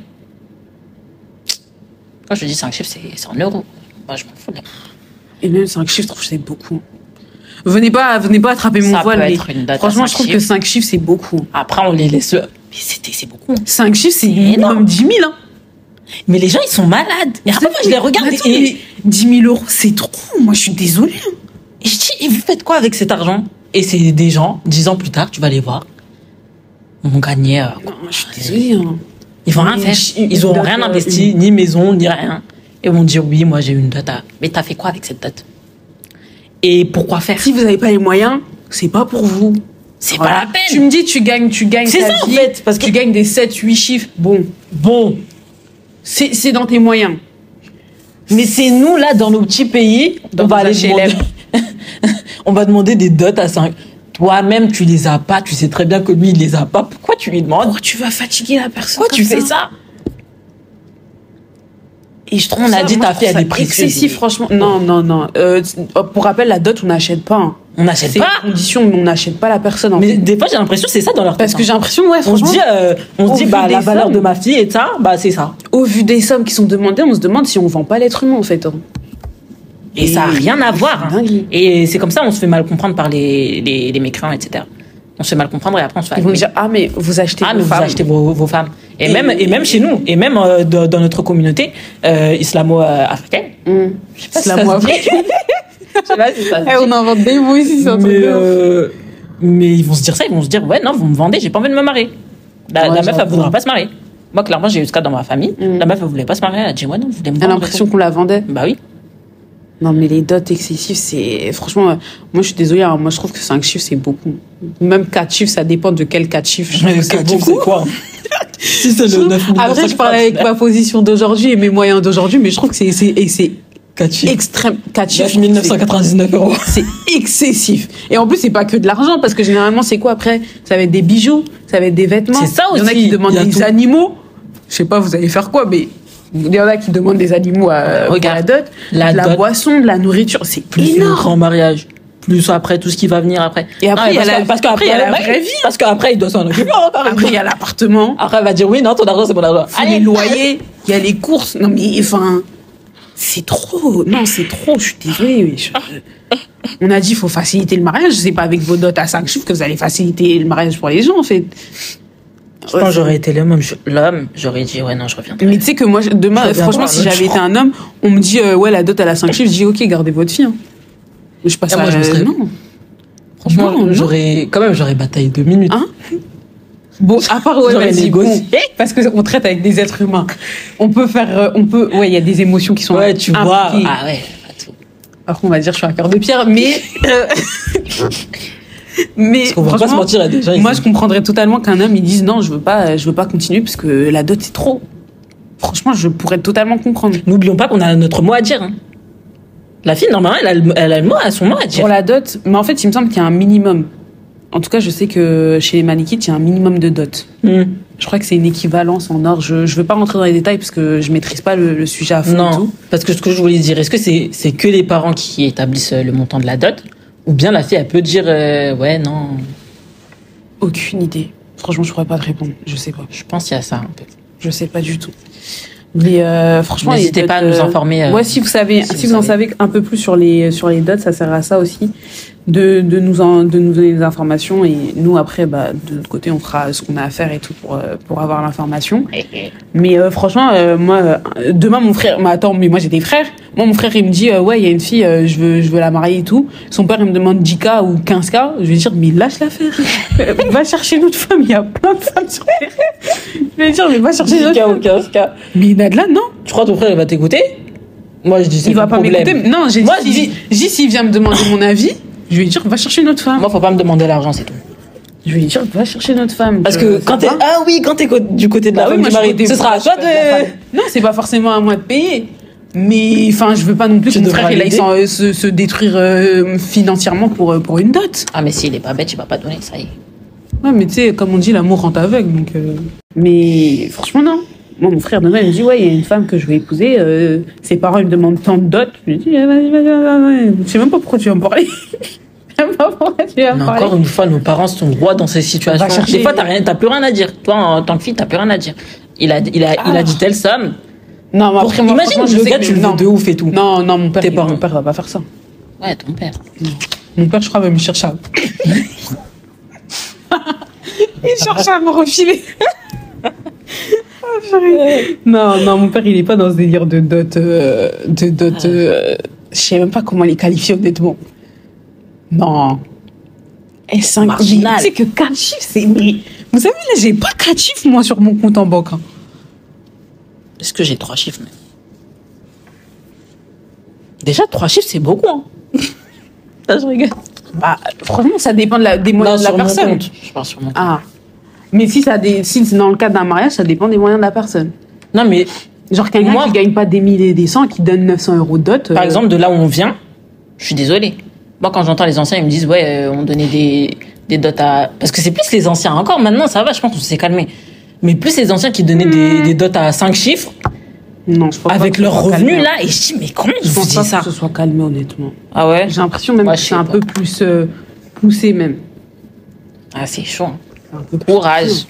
Quand je dis cinq chiffres, c'est c'est en euros. Moi, je m'en fous. Là. Et même cinq chiffres, je trouve que c'est beaucoup. Venez pas, venez pas attraper mon Ça voile. peut Mais être une date à franchement, cinq je trouve que chiffres. cinq chiffres, c'est beaucoup. Après, on les laisse. Mais c'était, c'est beaucoup. cinq chiffres, c'est C'est minimum énorme. dix mille. Hein. Mais les gens, ils sont malades. Mais après, moi, je les regarde Mais attends, et, mais dix mille euros, c'est trop. Moi, je suis désolée. hein. et je dis, et vous faites quoi avec cet argent? Et c'est des gens, dix ans plus tard, tu vas les voir. Ils vont gagner. euh, Non, moi, je suis désolée. Hein. Ils vont rien Mais faire. je- Ils auront une rien dot, euh, investi, ni maison, ni rien. Et vont dire, oui, moi, j'ai une dot à... Mais t'as fait quoi avec cette dot? Et pourquoi faire? Si vous n'avez pas les moyens, c'est pas pour vous. C'est Voilà. pas la peine. Tu me dis, tu gagnes, tu gagnes. C'est ta ça, en vie, fait, parce que- tu gagnes des sept, huit chiffres. Bon, Bon. c'est c'est dans tes moyens. Mais c'est nous, là, dans nos petits pays, Dans on va nos aller H L M. demander... on va demander des dots à cinq. Toi-même, tu les as pas. Tu sais très bien que lui, il les a pas. Pourquoi tu lui demandes? Pourquoi tu vas fatiguer la personne Pourquoi tu comme fais ça? Et je trouve On a ça, dit, moi, t'as je fait à trouve des ça prix excessif, franchement. Non, non, non. Euh, pour rappel, la dot, on n'achète pas. hein. On n'achète C'est pas. une condition, mais on n'achète pas la personne. En Mais fait. des fois, j'ai l'impression que c'est ça dans leur Parce tête, que hein. j'ai l'impression, ouais, On se franchement, dit, euh, on se au dit vu bah, la des valeur sommes- de ma fille et ça, bah, c'est ça. au vu des sommes qui sont demandées, on se demande si on vend pas l'être humain, en fait. hein. Et, ça n'a rien à voir. c'est hein. dingue. Et c'est comme ça, on se fait mal comprendre par les, les, les mécréants, et cetera. On se fait mal comprendre et après, on se fait Ils vont nous allumer. dire, ah, mais vous achetez Ah, vos mais vous femmes. achetez vos, vos femmes. Et, Et- même, et même chez nous, et même euh, dans, dans notre communauté euh, islamo-africaine. Hum. Je sais pas si C'est la ça se moi dit. Je sais pas si ça se Eh, dit. on invente des mots ici, c'est un truc mais, de ouf. euh, mais ils vont se dire ça, ils vont se dire, ouais, non, vous me vendez, j'ai pas envie de me marier. La, Ouais, la meuf, elle j'avoue. voudra pas se marier. Moi, clairement, j'ai eu ce cas dans ma famille. Mm. La meuf, elle voulait pas se marier. Elle a dit, ouais, non, vous voulez me On a vendre. l'impression qu'on la vendait. Bah oui. Non, mais les dots excessifs, c'est. Franchement, euh, moi, je suis désolée. hein, Moi, je trouve que cinq chiffres, c'est beaucoup. Même quatre chiffres, ça dépend de quel quatre chiffres. Je trouve que c'est C'est beaucoup. quoi? Si c'est le neuf mille neuf cent Après, je parle avec ma position d'aujourd'hui et mes moyens d'aujourd'hui, mais je trouve que c'est, c'est, et c'est quatre chiffres. extrême. quatre chiffres. neuf mille neuf cent quatre-vingt-dix-neuf euros. C'est excessif. Et en plus, c'est pas que de l'argent, parce que généralement, c'est quoi après? Ça va être des bijoux, ça va être des vêtements. C'est ça Il y en a aussi, qui demandent il y a des tout. animaux. Je sais pas, vous allez faire quoi, mais il y en a qui demandent des animaux à, pour Regarde, la dot, la de la dot. boisson, de la nourriture. C'est Plus le énorme. grand mariage. Plus après tout ce qui va venir après. Et après, Non, il y a parce la- que- parce après, il y a la ouais, vraie vie. Parce qu'après, il doit s'en occuper encore. Après, il y a l'appartement, Après, elle va dire oui, non, ton argent, c'est mon argent. il y a les loyers, il y a les courses. Non, mais enfin, c'est trop. Non, c'est trop. Je suis désolée. oui. Je- On a dit qu'il faut faciliter le mariage. C'est pas avec vos dots à cinq chiffres que vous allez faciliter le mariage pour les gens, en fait. Je pense que j'aurais été l'homme, je- l'homme, j'aurais dit ouais, non, je reviendrai. Mais tu sais que moi, je- demain, Je reviendrai franchement, à si un autre j'avais été jour. un homme, on me dit, euh, ouais, la dot à la cinq chiffres, je dis, ok, gardez votre fille. hein. Je passe Et moi, à. je me serais- Non. Franchement, Non, non. j'aurais, quand même, j'aurais bataillé deux minutes. Hein Bon, à part, ouais, J'aurais vas-y, négocié. bon, parce qu'on traite avec des êtres humains. On peut faire, euh, on peut, ouais, il y a des émotions qui sont Ouais, tu vois. impliquées. Ah ouais, pas tout. Après, on va dire, je suis un cœur de pierre, mais, euh, mais, Parce qu'on va pas se franchement, mentir, il y a des gens, ils moi, sont- je comprendrais totalement qu'un homme, il dise, non, je veux pas, je veux pas continuer parce que la dot, c'est trop. Franchement, je pourrais totalement comprendre. N'oublions pas qu'on a notre mot à dire. hein. La fille, normalement, elle a, le, elle a le mot, elle a son mot à dire. Pour la dot, mais en fait, il me semble qu'il y a un minimum. En tout cas, je sais que chez les Manikites, il y a un minimum de dot. Hmm. Je crois que c'est une équivalence en or. Je ne veux pas rentrer dans les détails parce que je maîtrise pas le, le sujet à fond et Non, tout. parce que ce que je voulais dire, est-ce que c'est c'est que les parents qui établissent le montant de la dot, ou bien la fille, elle peut dire euh, ouais, non, Aucune idée. Franchement, je pourrais pas te répondre. Je sais pas. je pense qu'il y a ça un peu. Je sais pas du tout. Mais euh, franchement, N'hésitez les pas à dots, nous euh, informer, euh, ouais, si vous savez, si si, vous vous en savez. savez un peu plus sur les sur les dots, ça sert à ça aussi. de, de, nous en, de nous donner des informations et nous, après, bah, de notre côté, on fera ce qu'on a à faire et tout pour, euh, pour avoir l'information. Mais euh, franchement, euh, moi, euh, demain, mon frère... Mais attends, mais moi, j'ai des frères. Moi, mon frère, il me dit, euh, ouais, il y a une fille, euh, je, veux, je veux la marier et tout. Son père, il me demande dix K ou quinze K. Je vais dire, mais lâche l'affaire. Va chercher une autre femme. Il y a plein de femmes sur Terre. Je vais dire, mais va chercher une autre femme. dix K ou quinze K. Mais Nadla, non. Tu crois ton frère, il va t'écouter? Moi, je dis, c'est il va pas problème. m'écouter. Non, j'ai moi, dit, je dis, j'ai dit, s'il vient me demander mon avis, je vais lui dire, va chercher une autre femme. Moi, faut pas me demander l'argent, c'est tout. Je vais lui dire, va chercher une autre femme. Parce je, que quand t'es, ah oui, quand t'es du côté de la bah femme oui, du moi, mari, je ce sera à toi de... Non, c'est pas forcément à moi de payer. Mais, enfin, je veux pas non plus Tu que mon devras frère, il aille l'aider. s'en- se, se détruire euh, financièrement pour, euh, pour une dot. Ah, mais s'il est pas bête, il va pas donner, ça y est. Ouais, mais tu sais, comme on dit, l'amour rend aveugle, donc... euh, Mais, franchement, non. Moi, mon frère, demain, il me dit, ouais, il y a une femme que je vais épouser, euh, ses parents, ils me demandent tant de dot. Je lui dis, eh, vas-y, vas-y, vas-y, vas-y. Je sais même pas pourquoi tu vas me parler. Je sais même pas pourquoi tu vas me Mais parler. encore une fois, nos parents sont rois dans ces situations. Va chercher- Des fois, t'as rien, t'as plus rien à dire. Toi, en tant que fille, t'as plus rien à dire. Il a, il a, il a dit telle somme. Non, mais Pour- après, moi, imagine, franchement, je le sais gars, que- tu le non. veux de ouf et tout. Non, non, mon père, Tes il- parents. mon père va pas faire ça. Ouais, ton père. Mon père, je crois, va me chercher à... Il cherche à me refiler. Oh, purée. Non, non, mon père, il est pas dans ce délire de dot. euh, de dot. euh, je sais même pas comment les qualifier, honnêtement. Non. Et cinq Marginal. Tu sais que quatre chiffres, c'est. Mais, vous savez, là, j'ai pas quatre chiffres, moi, sur mon compte en banque. Hein. Est-ce que j'ai trois chiffres, mais... Déjà, trois chiffres, c'est beaucoup, hein. Ça, je rigole. Bah, franchement, ça dépend de la, des moyens Non, de la sur mon personne. compte. Je parle sur mon compte. Ah. Mais si, ça dé... si c'est dans le cadre d'un mariage, ça dépend des moyens de la personne. Non, mais Genre quelqu'un Moi- qui gagne pas des milliers et des cents, qui donne neuf cents euros de dot. par euh, exemple, de là où on vient, je suis désolée. Moi, quand j'entends les anciens, ils me disent, ouais, euh, on donnait des, des dots à... Parce que c'est plus les anciens. Encore maintenant, ça va, je pense qu'on s'est calmé. Mais plus les anciens qui donnaient des, des dots à cinq chiffres, Non, je pense avec pas que leurs ce soit revenus, calmé. là, et je dis, mais comment Je vous pense dites pas ça? que ce soit calmé, honnêtement. Ah ouais? J'ai l'impression même Moi, que je c'est sais un pas. peu plus euh, poussé, même. Ah, c'est chaud. hein. C'est un peu plus Courage. poussé.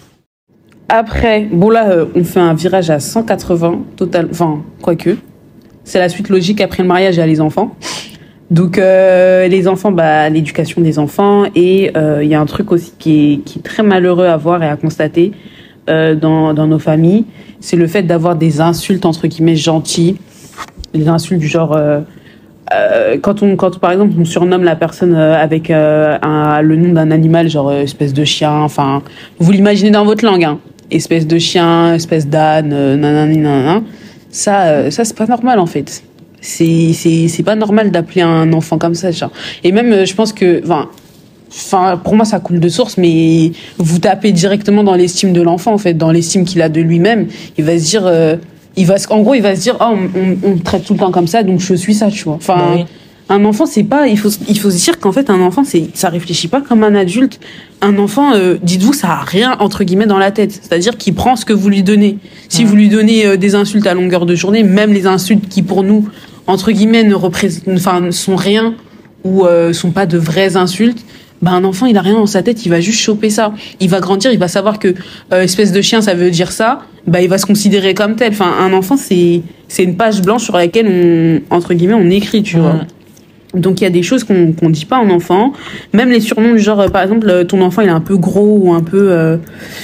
Après, bon là, euh, on fait un virage à cent quatre-vingts, total, enfin, quoique. C'est la suite logique après le mariage et les enfants. Donc, euh, les enfants, bah, l'éducation des enfants. Et euh, il y a un truc aussi qui est, qui est très malheureux à voir et à constater euh, dans, dans nos familles. C'est le fait d'avoir des insultes, entre guillemets, gentilles. Des insultes du genre... euh, euh, quand on, quand par exemple on surnomme la personne euh, avec euh, un, le nom d'un animal, genre euh, espèce de chien, enfin, vous l'imaginez dans votre langue, hein, espèce de chien, espèce d'âne, euh, nanani, nanana, ça, euh, ça c'est pas normal en fait. C'est, c'est, c'est pas normal d'appeler un enfant comme ça, genre. Et même, euh, je pense que, enfin, enfin, pour moi ça coule de source, mais vous tapez directement dans l'estime de l'enfant en fait, dans l'estime qu'il a de lui-même. Il va se dire. Euh, Il va, se- en gros, il va se dire, oh, on, on, on me traite tout le temps comme ça, donc je suis ça, tu vois. Enfin, Bah oui. un enfant, c'est pas, il faut, il faut se dire qu'en fait, un enfant, c'est, ça réfléchit pas comme un adulte. Un enfant, euh, dites-vous, ça a rien, entre guillemets, dans la tête. C'est-à-dire qu'il prend ce que vous lui donnez. Si Ouais. vous lui donnez euh, des insultes à longueur de journée, même les insultes qui, pour nous, entre guillemets, ne représentent, enfin, sont rien ou euh, sont pas de vraies insultes, bah, un enfant, il a rien dans sa tête, il va juste choper ça. Il va grandir, il va savoir que euh, espèce de chien, ça veut dire ça. Bah, il va se considérer comme tel. Enfin, un enfant, c'est c'est une page blanche sur laquelle on, entre guillemets, on écrit, tu Ouais. vois. Donc il y a des choses qu'on qu'on dit pas en enfant. Même les surnoms du genre, euh, par exemple, euh, ton enfant, il est un peu gros ou un peu euh,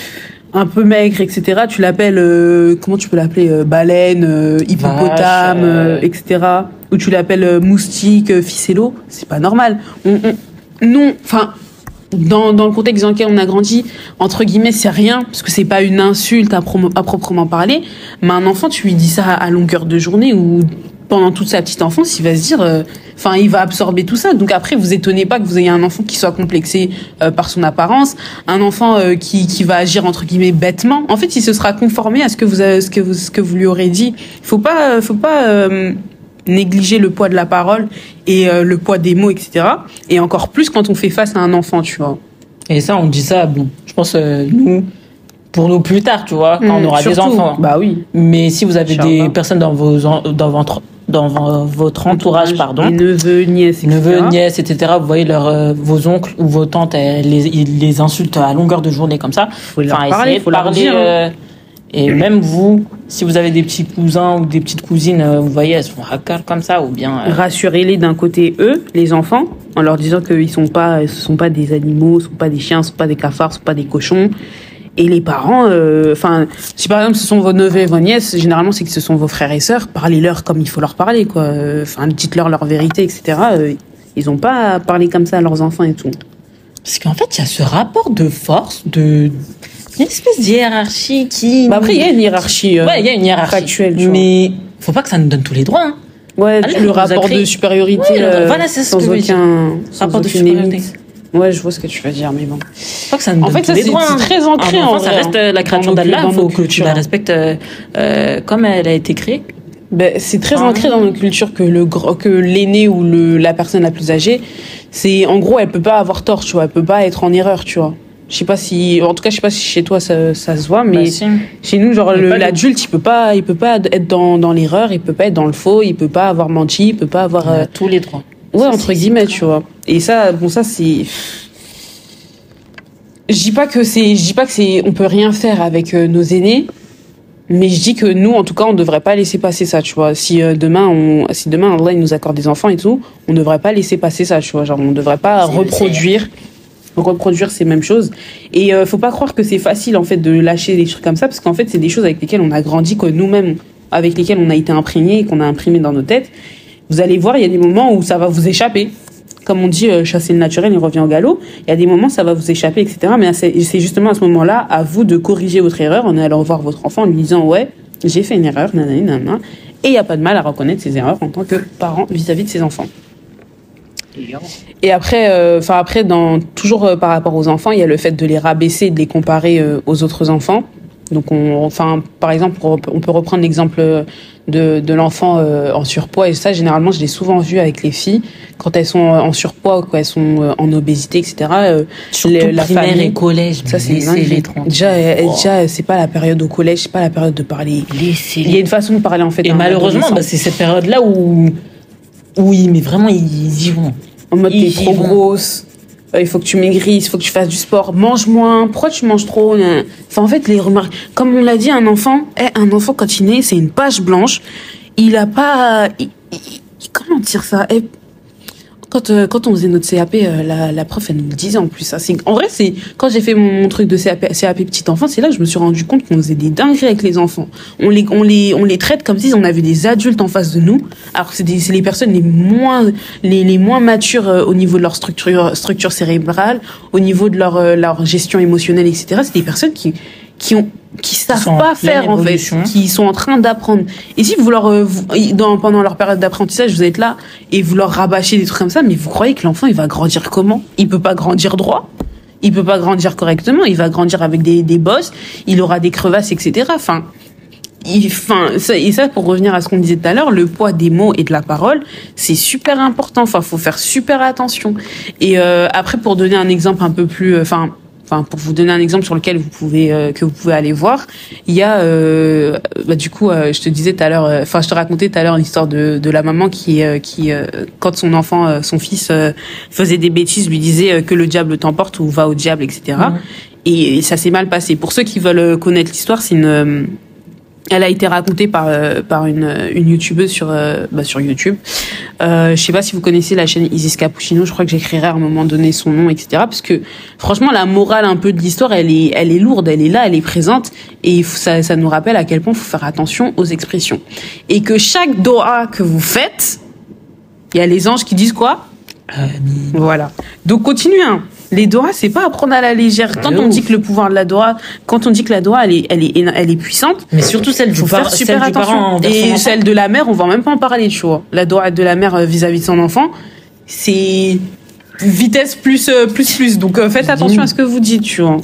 un peu maigre, et cetera. Tu l'appelles, euh, comment tu peux l'appeler, euh, baleine, euh, hippopotame, Vache, euh, euh, et cetera. Ou tu l'appelles euh, moustique, euh, ficello. C'est pas normal. On, on, non, enfin, dans, dans le contexte dans lequel on a grandi, entre guillemets, c'est rien, parce que c'est pas une insulte à, promo- à proprement parler. Mais un enfant, tu lui dis ça à, à longueur de journée ou pendant toute sa petite enfance, il va se dire, euh, enfin, il va absorber tout ça. Donc après, vous étonnez pas que vous ayez un enfant qui soit complexé euh, par son apparence, un enfant euh, qui, qui va agir entre guillemets bêtement. En fait, il se sera conformé à ce que vous, avez- ce que vous, ce que vous lui aurez dit. Faut pas, faut pas euh, négliger le poids de la parole et euh, le poids des mots, et cetera. Et encore plus quand on fait face à un enfant, tu vois. Et ça, on dit ça, bon, je pense, euh, nous, pour nous plus tard, tu vois, quand on Mmh, aura des surtout. enfants. Bah oui. Mais si vous avez Inch'Allah. des personnes dans, vos, en- dans, votre, dans vo- votre entourage, pardon, Les neveux, nièces, et cetera. neveux, nièces, et cetera, vous voyez leur, euh, vos oncles ou vos tantes, elles les, ils les insultent à longueur de journée comme ça. Faut leur Enfin, parler, essayez faut de leur parler. dire, hein. euh, et même vous, si vous avez des petits cousins ou des petites cousines, euh, vous voyez, elles sont hackers comme ça, ou bien. euh, Rassurez-les d'un côté, eux, les enfants, en leur disant qu'ils sont pas, ce sont pas des animaux, ce sont pas des chiens, ce sont pas des cafards, ce sont pas des cochons. Et les parents, enfin, euh, si par exemple ce sont vos neveux et vos nièces, généralement c'est que ce sont vos frères et sœurs, parlez-leur comme il faut leur parler, quoi. Enfin, dites-leur leur vérité, et cetera. Euh, ils ont pas à parler comme ça à leurs enfants et tout. Parce qu'en fait, il y a ce rapport de force, de une espèce de hiérarchie qui. Bah après, il y a une hiérarchie. Euh, ouais, il y a une hiérarchie factuelle, mais faut pas que ça nous donne tous les droits. Hein. Ouais, ah, le rapport de supériorité. Oui, euh, voilà, c'est ce sans que je aucun, sans rapport de supériorité. Limite. Ouais, je vois ce que tu veux dire, mais bon. Faut pas que ça nous donne en fait, tous ça, les c'est, droits. C'est très ancré, en en vrai. Ça reste hein, la créature d'Allah. Il faut que tu la respectes euh, euh, comme elle a été créée. Ben, c'est très ah. ancré dans nos cultures que le que l'aîné ou le la personne la plus âgée, c'est en gros, elle peut pas avoir tort, tu vois, elle peut pas être en erreur, tu vois. Je sais pas si, en tout cas, je sais pas si chez toi ça, ça se voit, mais bah, si. Chez nous, genre le, l'adulte, il peut pas, il peut pas être dans dans l'erreur, il peut pas être dans le faux, il peut pas avoir menti, il peut pas avoir euh... tous les droits. Ouais, ça, entre guillemets, tu vois. Et ça, bon, ça c'est. Je dis pas que c'est, je dis pas que c'est, on peut rien faire avec euh, nos aînés. Mais je dis que nous, en tout cas, on devrait pas laisser passer ça, tu vois. Si euh, demain, on, si demain Allah il nous accorde des enfants et tout, on devrait pas laisser passer ça, tu vois. Genre, on devrait pas c'est reproduire, reproduire ces mêmes choses. Et euh, faut pas croire que c'est facile en fait de lâcher des trucs comme ça, parce qu'en fait, c'est des choses avec lesquelles on a grandi, que nous-mêmes, avec lesquelles on a été imprégnés, qu'on a imprimé dans nos têtes. Vous allez voir, il y a des moments où ça va vous échapper. Comme on dit, euh, chasser le naturel, il revient au galop. Il y a des moments, ça va vous échapper, et cetera. Mais c'est, c'est justement à ce moment-là, à vous de corriger votre erreur en allant voir votre enfant en lui disant, ouais, j'ai fait une erreur, nanani, nanana. Et il n'y a pas de mal à reconnaître ses erreurs en tant que parent vis-à-vis de ses enfants. Et après, enfin euh, après, dans toujours euh, par rapport aux enfants, il y a le fait de les rabaisser, de les comparer euh, aux autres enfants. Donc, on, enfin, par exemple, on peut reprendre l'exemple de, de l'enfant euh, en surpoids. Et ça, généralement, je l'ai souvent vu avec les filles quand elles sont en surpoids ou quand elles sont en obésité, et cetera. Euh, Surtout les, la primaire famille, et collège. Ça, c'est les trente. Déjà, wow. déjà, c'est pas la période au collège, c'est pas la période de parler. Laissez-les. Il y a une façon de parler en fait. Et malheureusement, bah, c'est cette période-là où, oui, mais vraiment, ils y vont. En mode, ils t'es trop vont. grosse. Il faut que tu maigrisses, il faut que tu fasses du sport, mange moins, pourquoi tu manges trop? Enfin, en fait, les remarques, comme on l'a dit, un enfant, eh, un enfant, quand il naît, c'est une page blanche. Il a pas, il, il, comment dire ça? Eh, quand, euh, quand on faisait notre C A P, euh, la, la prof, elle nous le disait en plus. Ça. C'est, en vrai, c'est, quand j'ai fait mon, mon truc de C A P, C A P petite enfance, c'est là que je me suis rendu compte qu'on faisait des dingueries avec les enfants. On les, on les, on les traite comme si on avait des adultes en face de nous, alors que c'est, des, c'est les personnes les moins, les, les moins matures euh, au niveau de leur structure, structure cérébrale, au niveau de leur, euh, leur gestion émotionnelle, et cetera. C'est des personnes qui, qui ont, qui savent pas faire en fait, qui sont en train d'apprendre. Et si vous leur, vous, dans, pendant leur période d'apprentissage, vous êtes là et vous leur rabâchez des trucs comme ça, mais vous croyez que l'enfant il va grandir comment? Il peut pas grandir droit, il peut pas grandir correctement, il va grandir avec des, des bosses, il aura des crevasses, et cetera. Enfin, il, enfin, ça, et ça pour revenir à ce qu'on disait tout à l'heure, le poids des mots et de la parole, c'est super important. Enfin, faut faire super attention. Et euh, après, pour donner un exemple un peu plus, enfin. Euh, Enfin, pour vous donner un exemple sur lequel vous pouvez euh, que vous pouvez aller voir, il y a euh, bah, du coup, euh, je te disais tout à l'heure, enfin, euh, je te racontais tout à l'heure l'histoire de de la maman qui euh, qui euh, quand son enfant, euh, son fils euh, faisait des bêtises, lui disait euh, que le diable t'emporte ou va au diable, et cetera. Mmh. Et, et ça s'est mal passé. Pour ceux qui veulent connaître l'histoire, c'est une euh, elle a été racontée par euh, par une une youtubeuse sur euh, bah, sur YouTube. Euh, je sais pas si vous connaissez la chaîne Isis Cappuccino. Je crois que j'écrirai à un moment donné son nom, et cetera. Parce que franchement, la morale un peu de l'histoire, elle est elle est lourde, elle est là, elle est présente, et ça ça nous rappelle à quel point il faut faire attention aux expressions et que chaque doha que vous faites, il y a les anges qui disent quoi? Amin. Voilà. Donc continuez. Hein. Les doigts, c'est pas à prendre à la légère. Quand on dit que le pouvoir de la doigt, quand on dit que la doigt, elle est, elle est, elle est puissante. Mais surtout celle du, par, super celle du parent. Et celle de la mère, on va même pas en parler, tu vois. La doigt de la mère vis-à-vis de son enfant, c'est vitesse plus, plus, plus. Donc, euh, faites attention à ce que vous dites, tu vois.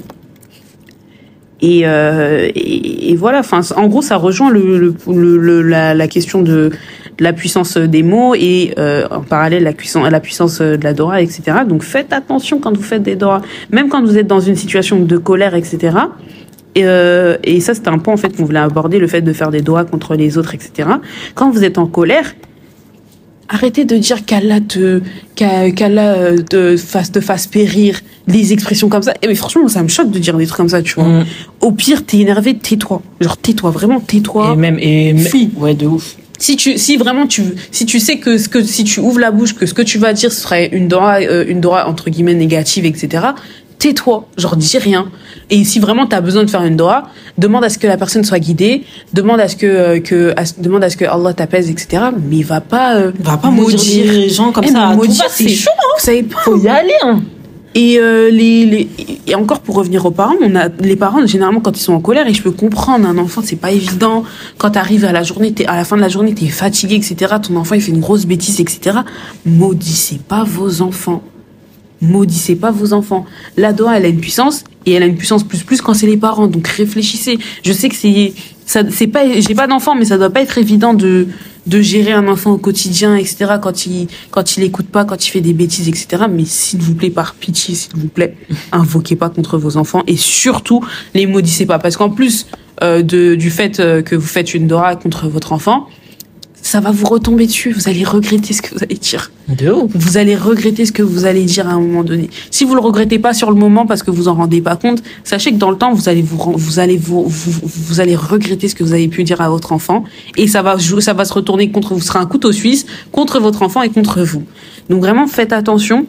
Et, euh, et, et voilà. Enfin, en gros, ça rejoint le, le, le, le la, la question de, de la puissance des mots et euh, en parallèle la puissance, la puissance de la Dora, et cetera. Donc faites attention quand vous faites des Dora, même quand vous êtes dans une situation de colère, et cetera. Et, euh, et ça, c'est un point en fait qu'on voulait aborder, le fait de faire des Dora contre les autres, et cetera. Quand vous êtes en colère, arrêtez de dire qu'Allah te, qu'Allah te fasse, te fasse périr, des expressions comme ça. Et mais franchement, ça me choque de dire des trucs comme ça, tu vois. Mm. Au pire, t'es énervé, tais-toi. Genre, tais-toi, vraiment, tais-toi. Et même, et fille. Ouais, de ouf. Si tu, si vraiment tu, si tu sais que ce que, si tu ouvres la bouche, que ce que tu vas dire serait une dora, euh, une dora entre guillemets négative, et cetera. Tais-toi, genre dis rien. Et si vraiment t'as besoin de faire une dora, demande à ce que la personne soit guidée, demande à ce que, euh, que à, demande à ce que Allah t'apaise, et cetera. Mais va pas, euh, va pas maudire les gens comme eh, ça. Maudire, c'est chaud. Hein. Vous savez pas. Faut y aller. Hein. Et euh, les, les et encore pour revenir aux parents, on a les parents généralement quand ils sont en colère, et je peux comprendre un enfant, c'est pas évident quand t'arrives à la journée, t'es à la fin de la journée, t'es fatigué, et cetera. Ton enfant il fait une grosse bêtise, et cetera. Maudissez pas vos enfants, maudissez pas vos enfants. La doa elle a une puissance et elle a une puissance plus plus quand c'est les parents. Donc réfléchissez. Je sais que c'est ça, c'est pas, j'ai pas d'enfant, mais ça doit pas être évident de de gérer un enfant au quotidien, et cetera. Quand il, quand il écoute pas, quand il fait des bêtises, et cetera. Mais s'il vous plaît, par pitié, s'il vous plaît, invoquez pas contre vos enfants et surtout les maudissez pas, parce qu'en plus euh, de du fait euh, que vous faites une dora contre votre enfant, ça va vous retomber dessus. Vous allez regretter ce que vous allez dire. De ouf. Vous allez regretter ce que vous allez dire à un moment donné. Si vous le regrettez pas sur le moment parce que vous en rendez pas compte, sachez que dans le temps, vous allez vous, vous allez vous, vous, vous allez regretter ce que vous avez pu dire à votre enfant et ça va jouer, ça va se retourner contre vous. Ce sera un couteau suisse contre votre enfant et contre vous. Donc vraiment, faites attention.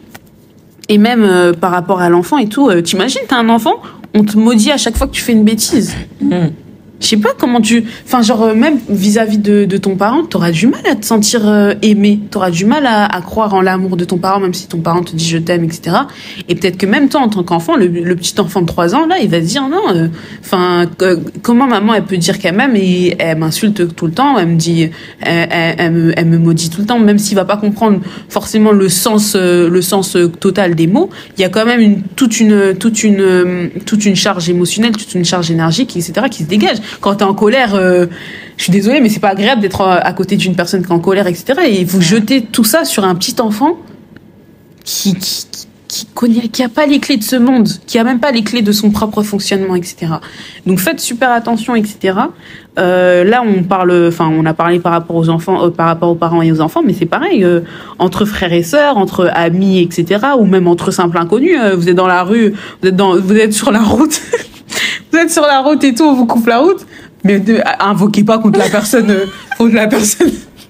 Et même euh, par rapport à l'enfant et tout, euh, t'imagines, t'as un enfant, on te maudit à chaque fois que tu fais une bêtise. Mmh. Je sais pas comment tu... Enfin, genre, même vis-à-vis de, de ton parent, t'auras du mal à te sentir euh, aimé. T'auras du mal à, à croire en l'amour de ton parent, même si ton parent te dit « je t'aime », et cetera. Et peut-être que même toi, en tant qu'enfant, le, le petit enfant de trois ans, là, il va se dire « non, enfin, euh, comment maman, elle peut dire qu'elle m'aime et elle m'insulte tout le temps, elle me dit... Elle, elle, elle, me, elle me maudit tout le temps », même s'il va pas comprendre forcément le sens, euh, le sens total des mots, il y a quand même une, toute, une, toute, une, toute une charge émotionnelle, toute une charge énergique, et cetera, qui se dégage. Quand t'es en colère, euh, je suis désolée, mais c'est pas agréable d'être à côté d'une personne qui est en colère, et cetera. Et vous jetez tout ça sur un petit enfant qui qui qui connaît, qui a pas les clés de ce monde, qui a même pas les clés de son propre fonctionnement, et cetera. Donc faites super attention, et cetera. Euh, là, on parle, enfin, on a parlé par rapport aux enfants, euh, par rapport aux parents et aux enfants, mais c'est pareil euh, entre frères et sœurs, entre amis, et cetera. Ou même entre simples inconnus. Euh, vous êtes dans la rue, vous êtes dans, vous êtes sur la route. Vous êtes sur la route et tout, on vous coupe la route, mais de, invoquez pas contre la personne, euh, contre la personne.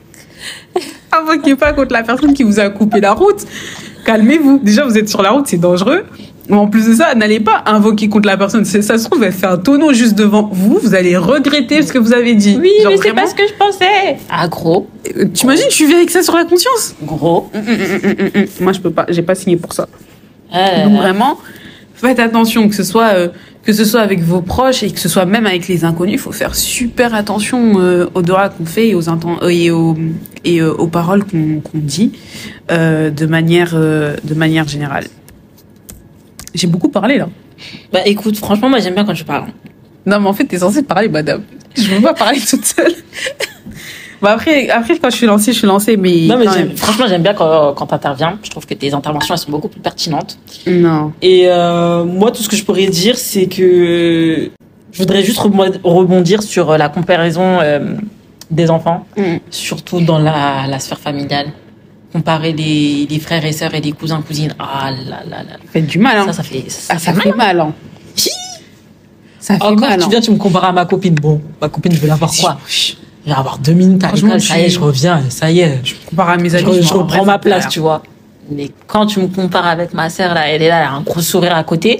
Invoquez pas contre la personne qui vous a coupé la route. Calmez-vous. Déjà, vous êtes sur la route, c'est dangereux. Mais en plus de ça, n'allez pas invoquer contre la personne. C'est, ça se trouve, elle fait un tonneau juste devant vous. Vous allez regretter ce que vous avez dit. Oui, genre, mais vraiment, c'est pas ce que je pensais. Ah, gros. Euh, T'imagines, tu vis avec ça sur la conscience? Gros. Hum, hum, hum, hum, hum. Moi, je peux pas. J'ai pas signé pour ça. Euh... Donc vraiment, faites attention, que ce soit euh, que ce soit avec vos proches et que ce soit même avec les inconnus. Il faut faire super attention euh, aux doigts qu'on fait et aux inten- euh, et aux et euh, aux paroles qu'on qu'on dit euh, de manière euh, de manière générale. J'ai beaucoup parlé là. Bah écoute, franchement, moi j'aime bien quand tu parles. Non, mais en fait, t'es censée parler, madame. Je veux pas parler toute seule. Bon, après, après, quand je suis lancée, je suis lancée, mais... Non, mais quand j'aime- même. franchement, j'aime bien quand, quand t'interviens. Je trouve que tes interventions, elles sont beaucoup plus pertinentes. Non. Et euh, moi, tout ce que je pourrais dire, c'est que je voudrais juste remo- rebondir sur la comparaison euh, des enfants, Mm. surtout dans la, la sphère familiale. Comparer les, les frères et sœurs et les cousins, cousines. Ah là là là. Faites du mal, hein. Ça, ça fait, ça, Ah, ça fait fait mal. mal, hein. Ça fait Encore, mal, tu hein. viens, tu me compares à ma copine. Bon, ma copine, je vais la voir quoi? Chut. Je vais avoir deux minutes à Franchement, l'école, ça y est, je- je reviens, ça y est. Je, Comparé à mes je, amis, je m'en rends reprends ma vraiment place, pas. tu vois. Mais quand tu me compares avec ma sœur, là, elle est là, elle a un gros sourire à côté.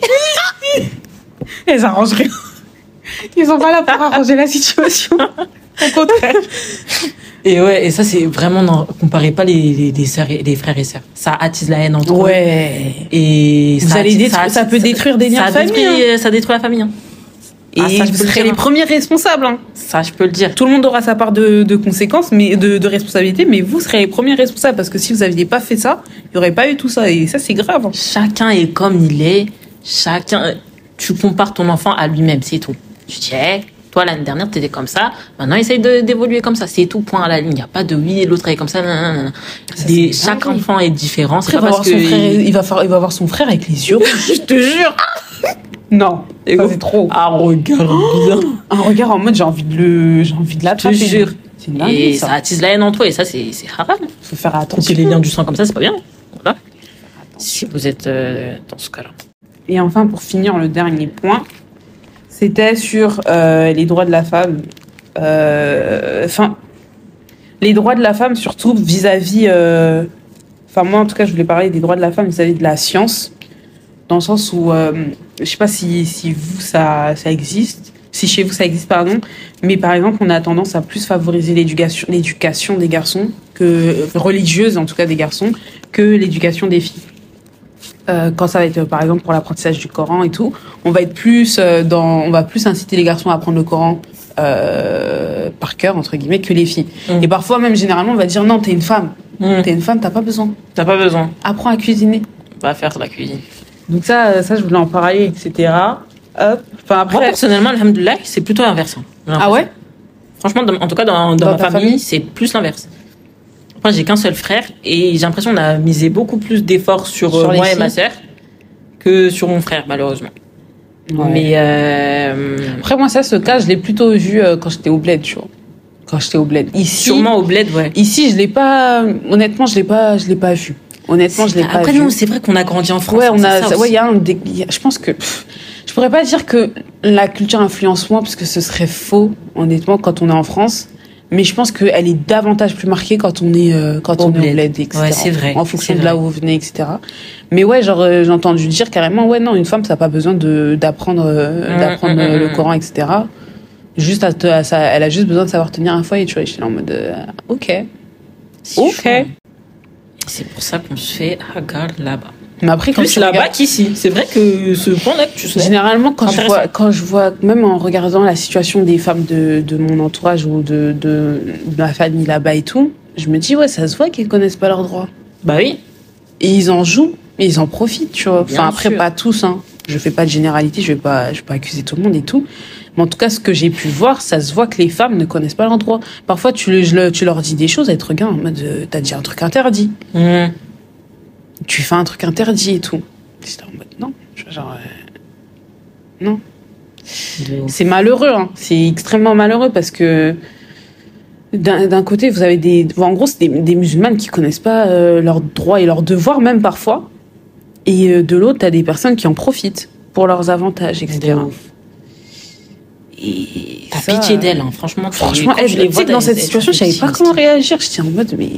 Elles arrangent rien. Ils sont pas là pour arranger la situation. Au contraire. Et ouais, et ça, c'est vraiment, non, comparez pas les, les, les sœurs et les frères et sœurs. Ça attise la haine entre eux. Ouais. Et Vous ça, allez attise- détruire- ça peut détruire des liens ça de famille, détruit, ça détruit la famille. Hein. Et Ah, ça, je vous peux le serez dire, les hein. premiers responsables. Hein. Ça, je peux le dire. Tout le monde aura sa part de, de conséquences, mais de, de responsabilité, mais vous serez les premiers responsables parce que si vous n'aviez pas fait ça, il n'y aurait pas eu tout ça. Et ça, c'est grave. Hein. Chacun est comme il est. Chacun, tu compares ton enfant à lui-même, c'est tout. Tu dis, hey, toi, l'année dernière, t'étais comme ça. Maintenant, essaye de, d'évoluer comme ça. C'est tout, point à la ligne. Il n'y a pas de oui, l'autre est comme ça. nan, nan, nan. Ça, Des- c'est chaque dingue. enfant est différent. C'est Après, il pas va, parce voir que son frère, il, va faire, il va voir son frère avec les yeux rouges, je te jure. Non, Et ça, go. c'est trop. Ah, regarde bien. Un regard en mode j'ai envie de le, j'ai envie de Je te l'attraper. jure. C'est une Et dinguerie, ça ça. attise la haine en toi. Et ça, c'est, c'est haram. Faut faire attention. Couper les liens du sang comme ça, c'est pas bien. Voilà. Si vous êtes euh, dans ce cas-là. Et enfin, pour finir, le dernier point, c'était sur euh, les droits de la femme. Euh, Enfin, les droits de la femme, surtout vis-à-vis. Euh... Enfin, moi, en tout cas, je voulais parler des droits de la femme vis-à-vis de la science, dans le sens où, euh, je sais pas si, si vous, ça, ça existe, si chez vous, ça existe, pardon, mais par exemple, on a tendance à plus favoriser l'éducation, l'éducation des garçons, que, religieuse, en tout cas des garçons, que l'éducation des filles. Euh, quand ça va être, par exemple, pour l'apprentissage du Coran et tout, on va être plus euh, dans, on va plus inciter les garçons à apprendre le Coran euh, par cœur, entre guillemets, que les filles. Mmh. Et parfois, même, généralement, on va dire, non, t'es une femme. Mmh. T'es une femme, t'as pas besoin. T'as pas besoin. Apprends à cuisiner. Va faire de la cuisine. Donc ça, ça, je voulais en parler, et cetera. Hop. Enfin, après... Moi, personnellement, alhamdoulilah, c'est plutôt inversant. Ah ouais? Franchement, dans, en tout cas, dans, dans, dans ma famille, famille, c'est plus l'inverse. Après, j'ai qu'un seul frère et j'ai l'impression qu'on a misé beaucoup plus d'efforts sur, sur euh, moi filles. Et ma sœur que sur mon frère, malheureusement. Ouais. Mais euh... après, moi, ça, ce cas, je l'ai plutôt vu euh, quand j'étais au bled, tu vois. Quand j'étais au bled. Ici, sûrement au bled, ouais. Ici, je l'ai pas. Honnêtement, je l'ai pas. Je l'ai pas vu. Honnêtement, je l'ai pas Après, vu. non, c'est vrai qu'on a grandi en France. Ouais, on a. Ça, ouais, il y a un. Des... Je pense que. Pff, je pourrais pas dire que la culture influence moins parce que ce serait faux, honnêtement, quand on est en France. Mais je pense qu'elle est davantage plus marquée quand on est euh, quand au on bled. est au bled, et cetera. Ouais, c'est vrai. En fonction c'est de vrai. là où vous venez, et cetera. Mais ouais, genre euh, j'ai entendu dire carrément, ouais, non, une femme, ça n'a pas besoin de d'apprendre euh, mmh, d'apprendre mmh, euh, le Coran, et cetera. Juste à, te, à ça, elle a juste besoin de savoir tenir un foyer, tu vois. J'étais en mode, euh, ok, c'est ok. Chaud, hein. C'est pour ça qu'on se fait hagar là-bas. Mais après, quand plus tu là-bas regardes... qu'ici. C'est vrai que ce point-là que tu sais. Généralement, quand je vois, quand je vois, même en regardant la situation des femmes de, de mon entourage ou de, de, de ma famille là-bas et tout, je me dis, ouais, ça se voit qu'ils connaissent pas leurs droits. Bah oui. Et ils en jouent, et ils en profitent, tu vois. Bien enfin, après, sûr. pas tous, hein. Je fais pas de généralité, je vais pas, je vais pas accuser tout le monde et tout. Mais en tout cas, ce que j'ai pu voir, ça se voit que les femmes ne connaissent pas leurs droits. Parfois, tu, le, tu leur dis des choses, elles te regardent en mode, euh, t'as dit un truc interdit. Mmh. Tu fais un truc interdit et tout. J'étais en mode, non. Genre, euh, non. C'est malheureux, hein. C'est extrêmement malheureux parce que d'un, d'un côté, vous avez des... En gros, c'est des, des musulmanes qui connaissent pas euh, leurs droits et leurs devoirs, même parfois. Et euh, de l'autre, t'as des personnes qui en profitent pour leurs avantages, et cetera. Et t'as ça, pitié d'elles, hein. Franchement. Franchement, elle, je les vois dans cette situation, je savais pas comment réagir. J'étais en mode, mais...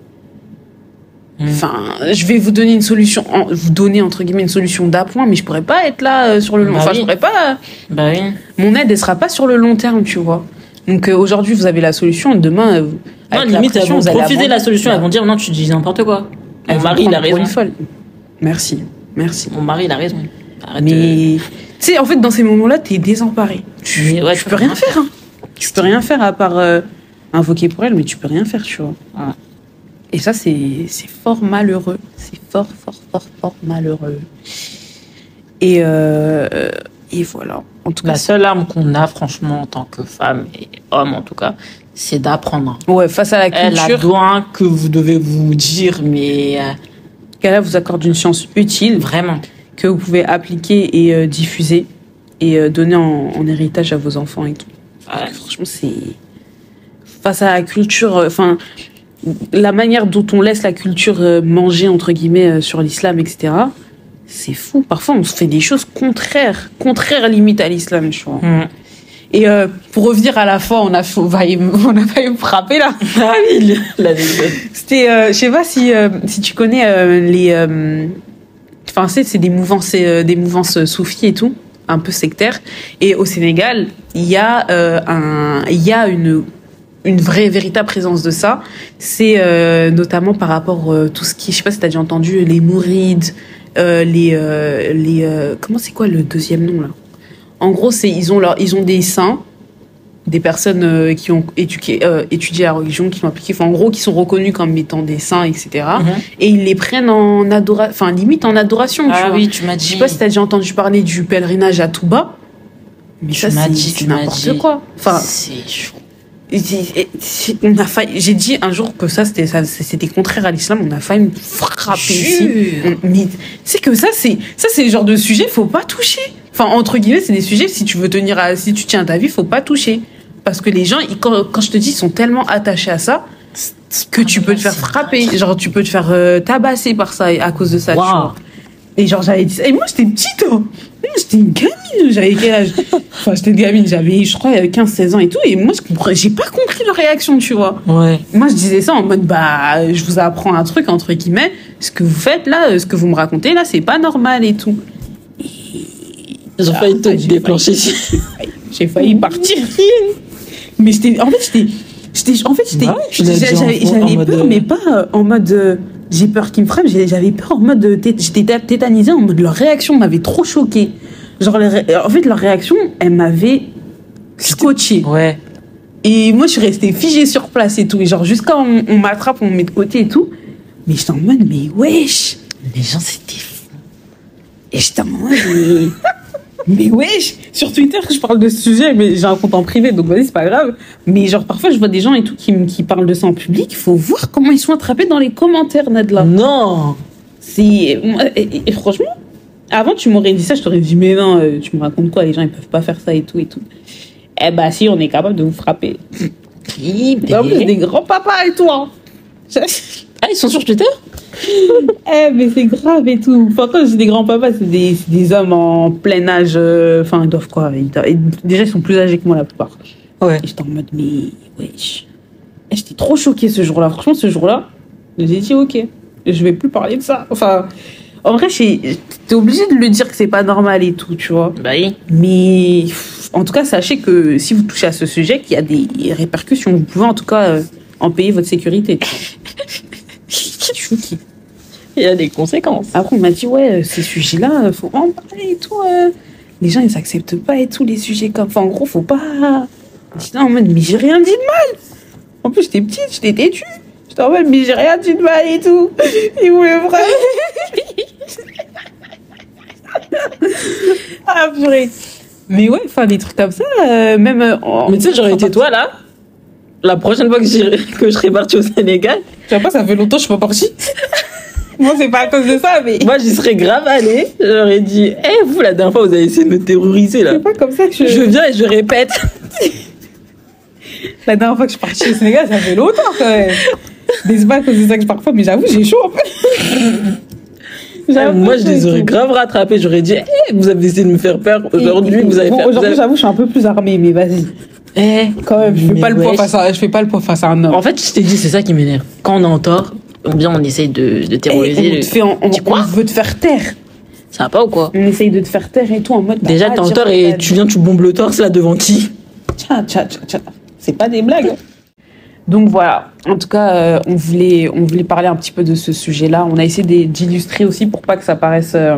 Enfin, je vais vous donner une solution, vous donner entre guillemets une solution d'appoint, mais je pourrais pas être là euh, sur le long. Bah enfin, oui. je pourrais pas. Bah oui. Mon aide, elle sera pas sur le long terme, tu vois. Donc euh, aujourd'hui, vous avez la solution. Demain, euh, non, limite, elles vont profiter de la solution. Bah. Elles vont dire non, tu dis n'importe quoi. Mon mari, il a raison. Une folle. Merci, merci. Mon mari, il a raison. Arrête mais de... tu sais, en fait, dans ces moments-là, t'es désemparé. Tu, ouais, tu peux rien faire. Hein. Tu peux rien faire à part euh, invoquer pour elle, mais tu peux rien faire, tu vois. Ouais. Et ça, c'est, c'est fort malheureux. C'est fort, fort, fort, fort malheureux. Et, euh, et voilà. En tout la cas, seule arme qu'on a, franchement, en tant que femme et homme, en tout cas, c'est d'apprendre. Ouais, face à la culture. Elle a besoin que vous devez vous dire, mais... Euh, qu'elle vous accorde une science utile. Vraiment. Que vous pouvez appliquer et euh, diffuser. Et euh, donner en, en héritage à vos enfants et tout. Ouais. Franchement, c'est... Face à la culture... Enfin... Euh, la manière dont on laisse la culture manger, entre guillemets, sur l'islam, et cetera, c'est fou. Parfois, on se fait des choses contraires, contraires limite à l'islam, tu vois. Mmh. Et euh, pour revenir à la fois, on a, on va y, on a failli me frapper, là. Ah oui, l'anecdote. C'était, euh, je sais pas si, euh, si tu connais euh, les... Enfin, euh, c'est, c'est des mouvances, euh, des mouvances soufis et tout, un peu sectaires. Et au Sénégal, il y a euh, un... Il y a une... une vraie, véritable présence de ça, c'est euh, notamment par rapport euh, tout ce qui, je sais pas si t'as déjà entendu, les mourides, euh, les, euh, les, euh, comment c'est quoi le deuxième nom là ? En gros, c'est ils ont leur, ils ont des saints, des personnes euh, qui ont éduqué, euh, étudié la religion, qui l'ont appliqué, enfin en gros, qui sont reconnus comme étant des saints, et cetera. Mm-hmm. Et ils les prennent en adoration, enfin limite en adoration. Ah tu vois. oui, tu m'as dit. Je sais pas si t'as déjà entendu parler du pèlerinage à Touba. Mais tu ça, m'as c'est, dit, c'est tu n'importe m'as dit. quoi. Enfin, c'est chaud. On a failli, j'ai dit un jour que ça c'était, ça, c'était contraire à l'islam, on a failli me frapper ici. Mais c'est que ça, c'est, ça, c'est le genre de sujet, faut pas toucher. Enfin, entre guillemets, c'est des sujets, si tu veux tenir à, si tu tiens à ta vie, faut pas toucher. Parce que les gens, ils, quand, quand je te dis, ils sont tellement attachés à ça, que tu peux te faire frapper. Genre, tu peux te faire euh, tabasser par ça, à cause de ça, wow. Tu vois. Et genre, j'avais dit ça. Et moi, j'étais petite, hein. Moi, j'étais une gamine, j'avais quel âge? Enfin, j'étais une gamine, j'avais, je crois, quinze seize ans et tout, et moi, je comprends, j'ai pas compris leur réaction, tu vois. Ouais. Moi, je disais ça en mode, bah, je vous apprends un truc, entre guillemets, ce que vous faites là, ce que vous me racontez là, c'est pas normal et tout. Et... Ils ont failli te ah, déclencher. J'ai failli, j'ai failli partir. Mais j'étais, en fait, j'étais, j'étais, en fait, j'étais, Ouais, j'étais j'avais, j'avais peur, mode... mais pas euh, en mode, euh, j'ai peur qu'ils me frappent, j'avais peur en mode, euh, j'étais tétanisée en mode, leur réaction m'avait trop choquée. Genre, les, en fait, leur réaction, elle m'avait scotché. Ouais. Et moi, je suis restée figée sur place et tout. Et genre, jusqu'à on, on m'attrape, on me met de côté et tout. Mais j'étais en mode, mais wesh. Les gens, c'était fou. Et j'étais en mode, mais... mais wesh. Sur Twitter, je parle de ce sujet, mais j'ai un compte en privé, donc vas-y, c'est pas grave. Mais genre, parfois, je vois des gens et tout qui, qui parlent de ça en public. Il faut voir comment ils sont attrapés dans les commentaires, Nadla. Non. C'est... Et, et, et franchement, avant, tu m'aurais dit ça, je t'aurais dit, mais non, tu me racontes quoi? Les gens, ils peuvent pas faire ça et tout et tout. Eh ben, si, on est capable de vous frapper. En plus, des grands papas et tout, hein. Ah, ils sont sur Twitter? Eh, mais c'est grave et tout. Enfin, quand je dis des grands papas, c'est des, c'est des hommes en plein âge. Enfin, euh, ils doivent quoi ils doivent, déjà, ils sont plus âgés que moi, la plupart. Ouais. Et j'étais en mode, mais wesh. Et j'étais trop choquée ce jour-là. Franchement, ce jour-là, j'ai dit, ok, je vais plus parler de ça. Enfin, en vrai, t'es obligé de lui dire que c'est pas normal et tout, tu vois. Bah oui. Mais en tout cas, sachez que si vous touchez à ce sujet, qu'il y a des répercussions. Vous pouvez en tout cas euh, en payer votre sécurité. Il y a des conséquences. Après, on m'a dit, ouais, ces sujets-là, faut en parler et tout. Euh. Les gens, ils acceptent pas et tout, les sujets comme... Enfin, en gros, faut pas... J'étais en mode, mais j'ai rien dit de mal. En plus, j'étais petite, j'étais têtue. J'étais en mode, mais j'ai rien dit de mal et tout. Ils voulaient vraiment... Ah, purée. Mais ouais, enfin, des trucs comme ça, euh, même... Euh, mais tu sais, j'aurais été toi, là. La prochaine fois que, que je serai partie au Sénégal... Tu vois pas, ça fait longtemps que je suis pas partie. Moi, c'est pas à cause de ça, mais... Moi, j'y serais grave allée. J'aurais dit, hé, hey, vous, la dernière fois, vous avez essayé de me terroriser, là. C'est pas comme ça que je... Je viens et je répète. La dernière fois que je suis partie au Sénégal, ça fait longtemps, quand même. Mais c'est pas à cause de ça que je pars pas, mais j'avoue, j'ai chaud, en fait. Ah, moi, je les aurais grave rattrapés. J'aurais dit, hé, hey, vous avez essayé de me faire peur. Aujourd'hui, et, et, vous avez bon, fait... Aujourd'hui, avez... j'avoue, je suis un peu plus armée, mais vas-y. Eh, quand même, je fais pas le poids face à, je fais pas le poids face à un homme. En fait, je t'ai dit, c'est ça qui m'énerve. Quand on est en tort, on vient, on essaye de, de terroriser. Et on, te fait, on, on, on veut te faire taire. Ça va pas ou quoi? On essaye de te faire taire et tout en mode. Déjà, t'es en tort et tu viens, tu bombes le torse là devant qui? Tcha, tcha, tcha, tcha. C'est pas des blagues. Donc voilà. En tout cas, euh, on voulait, on voulait parler un petit peu de ce sujet-là. On a essayé d'illustrer aussi pour pas que ça paraisse. Euh,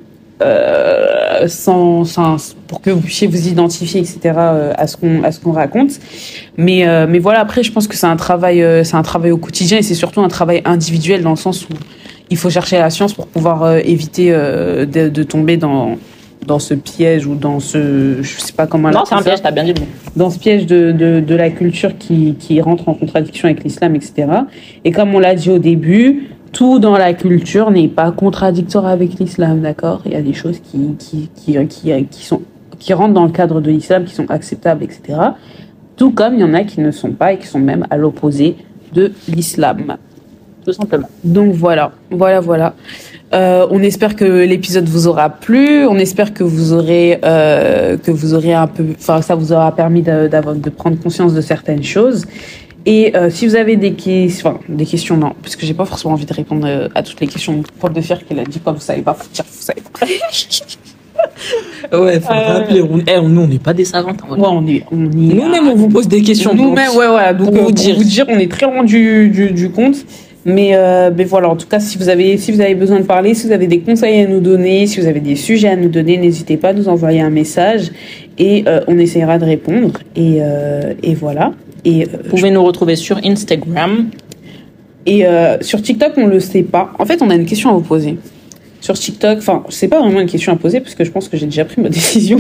Euh, sans, sans, pour que vous puissiez vous identifier, et cetera euh, à ce qu'on à ce qu'on raconte. Mais euh, mais voilà, après, je pense que c'est un travail, euh, c'est un travail au quotidien et c'est surtout un travail individuel dans le sens où il faut chercher la science pour pouvoir euh, éviter euh, de, de tomber dans dans ce piège ou dans ce, je sais pas comment. Non, c'est un piège, t'as bien dit bon. Dans ce piège de de, de la culture qui qui rentre en contradiction avec l'islam, et cetera. Et comme on l'a dit au début, tout dans la culture n'est pas contradictoire avec l'islam, d'accord? Il y a des choses qui, qui, qui, qui, qui, sont, qui rentrent dans le cadre de l'islam, qui sont acceptables, et cetera. Tout comme il y en a qui ne sont pas et qui sont même à l'opposé de l'islam. Tout simplement. Donc voilà, voilà, voilà. Euh, on espère que l'épisode vous aura plu. On espère que vous aurez, euh, que vous aurez un peu, enfin, ça vous aura permis de, de prendre conscience de certaines choses. Et euh, si vous avez des questions, enfin des questions non, parce que j'ai pas forcément envie de répondre euh, à toutes les questions. Mon prof de fier qui l'a dit, comme vous savez pas, faut dire, vous savez pas. Ouais, faut euh... rappeler. On, hey, nous, on n'est pas des savantes. Ouais, on est, on est. Nous-mêmes, on vous pose des questions. Nous-mêmes, ouais, ouais. Donc, pour euh, vous, dire. vous dire, on est très loin du du, du compte. Mais, euh, mais voilà, en tout cas, si vous avez, si vous avez besoin de parler, si vous avez des conseils à nous donner, si vous avez des sujets à nous donner, n'hésitez pas à nous envoyer un message et euh, on essaiera de répondre. Et, euh, et voilà. Et, euh, vous pouvez je... nous retrouver sur Instagram. Et euh, sur TikTok, on le sait pas. En fait, on a une question à vous poser. Sur TikTok, enfin, c'est pas vraiment une question à poser parce que je pense que j'ai déjà pris ma décision.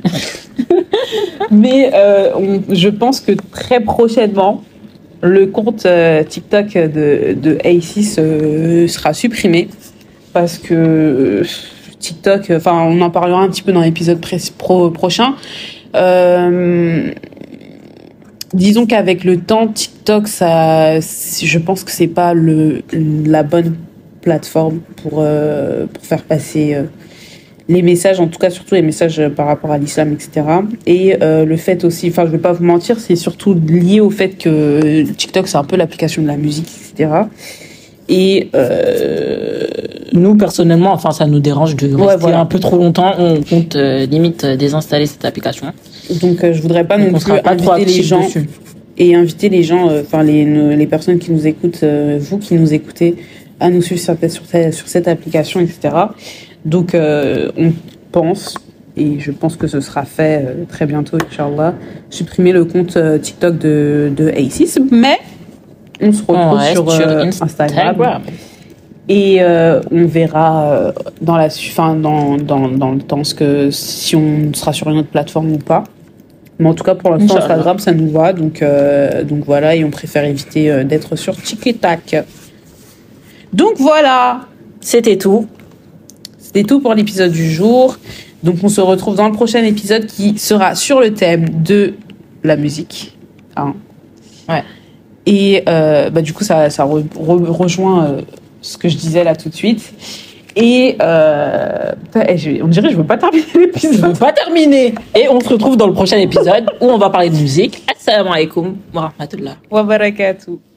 Mais euh, on, je pense que très prochainement, le compte euh, TikTok de, de A six euh, sera supprimé parce que euh, TikTok, enfin, on en parlera un petit peu dans l'épisode pré- pro- prochain. Euh, disons qu'avec le temps, TikTok, ça, je pense que c'est pas le la bonne plateforme pour euh, pour faire passer euh, les messages, en tout cas surtout les messages par rapport à l'islam, et cetera. Et euh, le fait aussi, enfin je vais pas vous mentir, c'est surtout lié au fait que TikTok c'est un peu l'application de la musique, et cetera. Et euh... nous personnellement, enfin ça nous dérange de rester ouais, voilà. un peu trop longtemps. On compte euh, limite désinstaller cette application. Donc euh, je voudrais pas Donc, non plus inviter les gens dessus. Et inviter les gens, enfin euh, les les personnes qui nous écoutent, euh, vous qui nous écoutez, à nous suivre sur, sur, sur cette application, et cetera. Donc euh, on pense, et je pense que ce sera fait euh, très bientôt, Inch'Allah, supprimer le compte euh, TikTok de de A six, mais on se retrouve on sur, sur euh, Instagram. Instagram. Et euh, on verra euh, dans la fin dans dans dans le temps ce que si on sera sur une autre plateforme ou pas. Mais en tout cas pour l'instant Instagram ça nous va, donc euh, donc voilà, et on préfère éviter euh, d'être sur TikTok. Donc voilà, c'était tout. C'était tout pour l'épisode du jour. Donc on se retrouve dans le prochain épisode qui sera sur le thème de la musique. Hein. Ouais. Et euh, bah, du coup, ça, ça re, re, rejoint euh, ce que je disais là tout de suite. Et euh, je, on dirait que je veux pas terminer l'épisode. Je veux pas terminer. Et on se retrouve dans le prochain épisode où on va parler de musique. Assalamu alaikum wa rahmatullah wa barakatuh.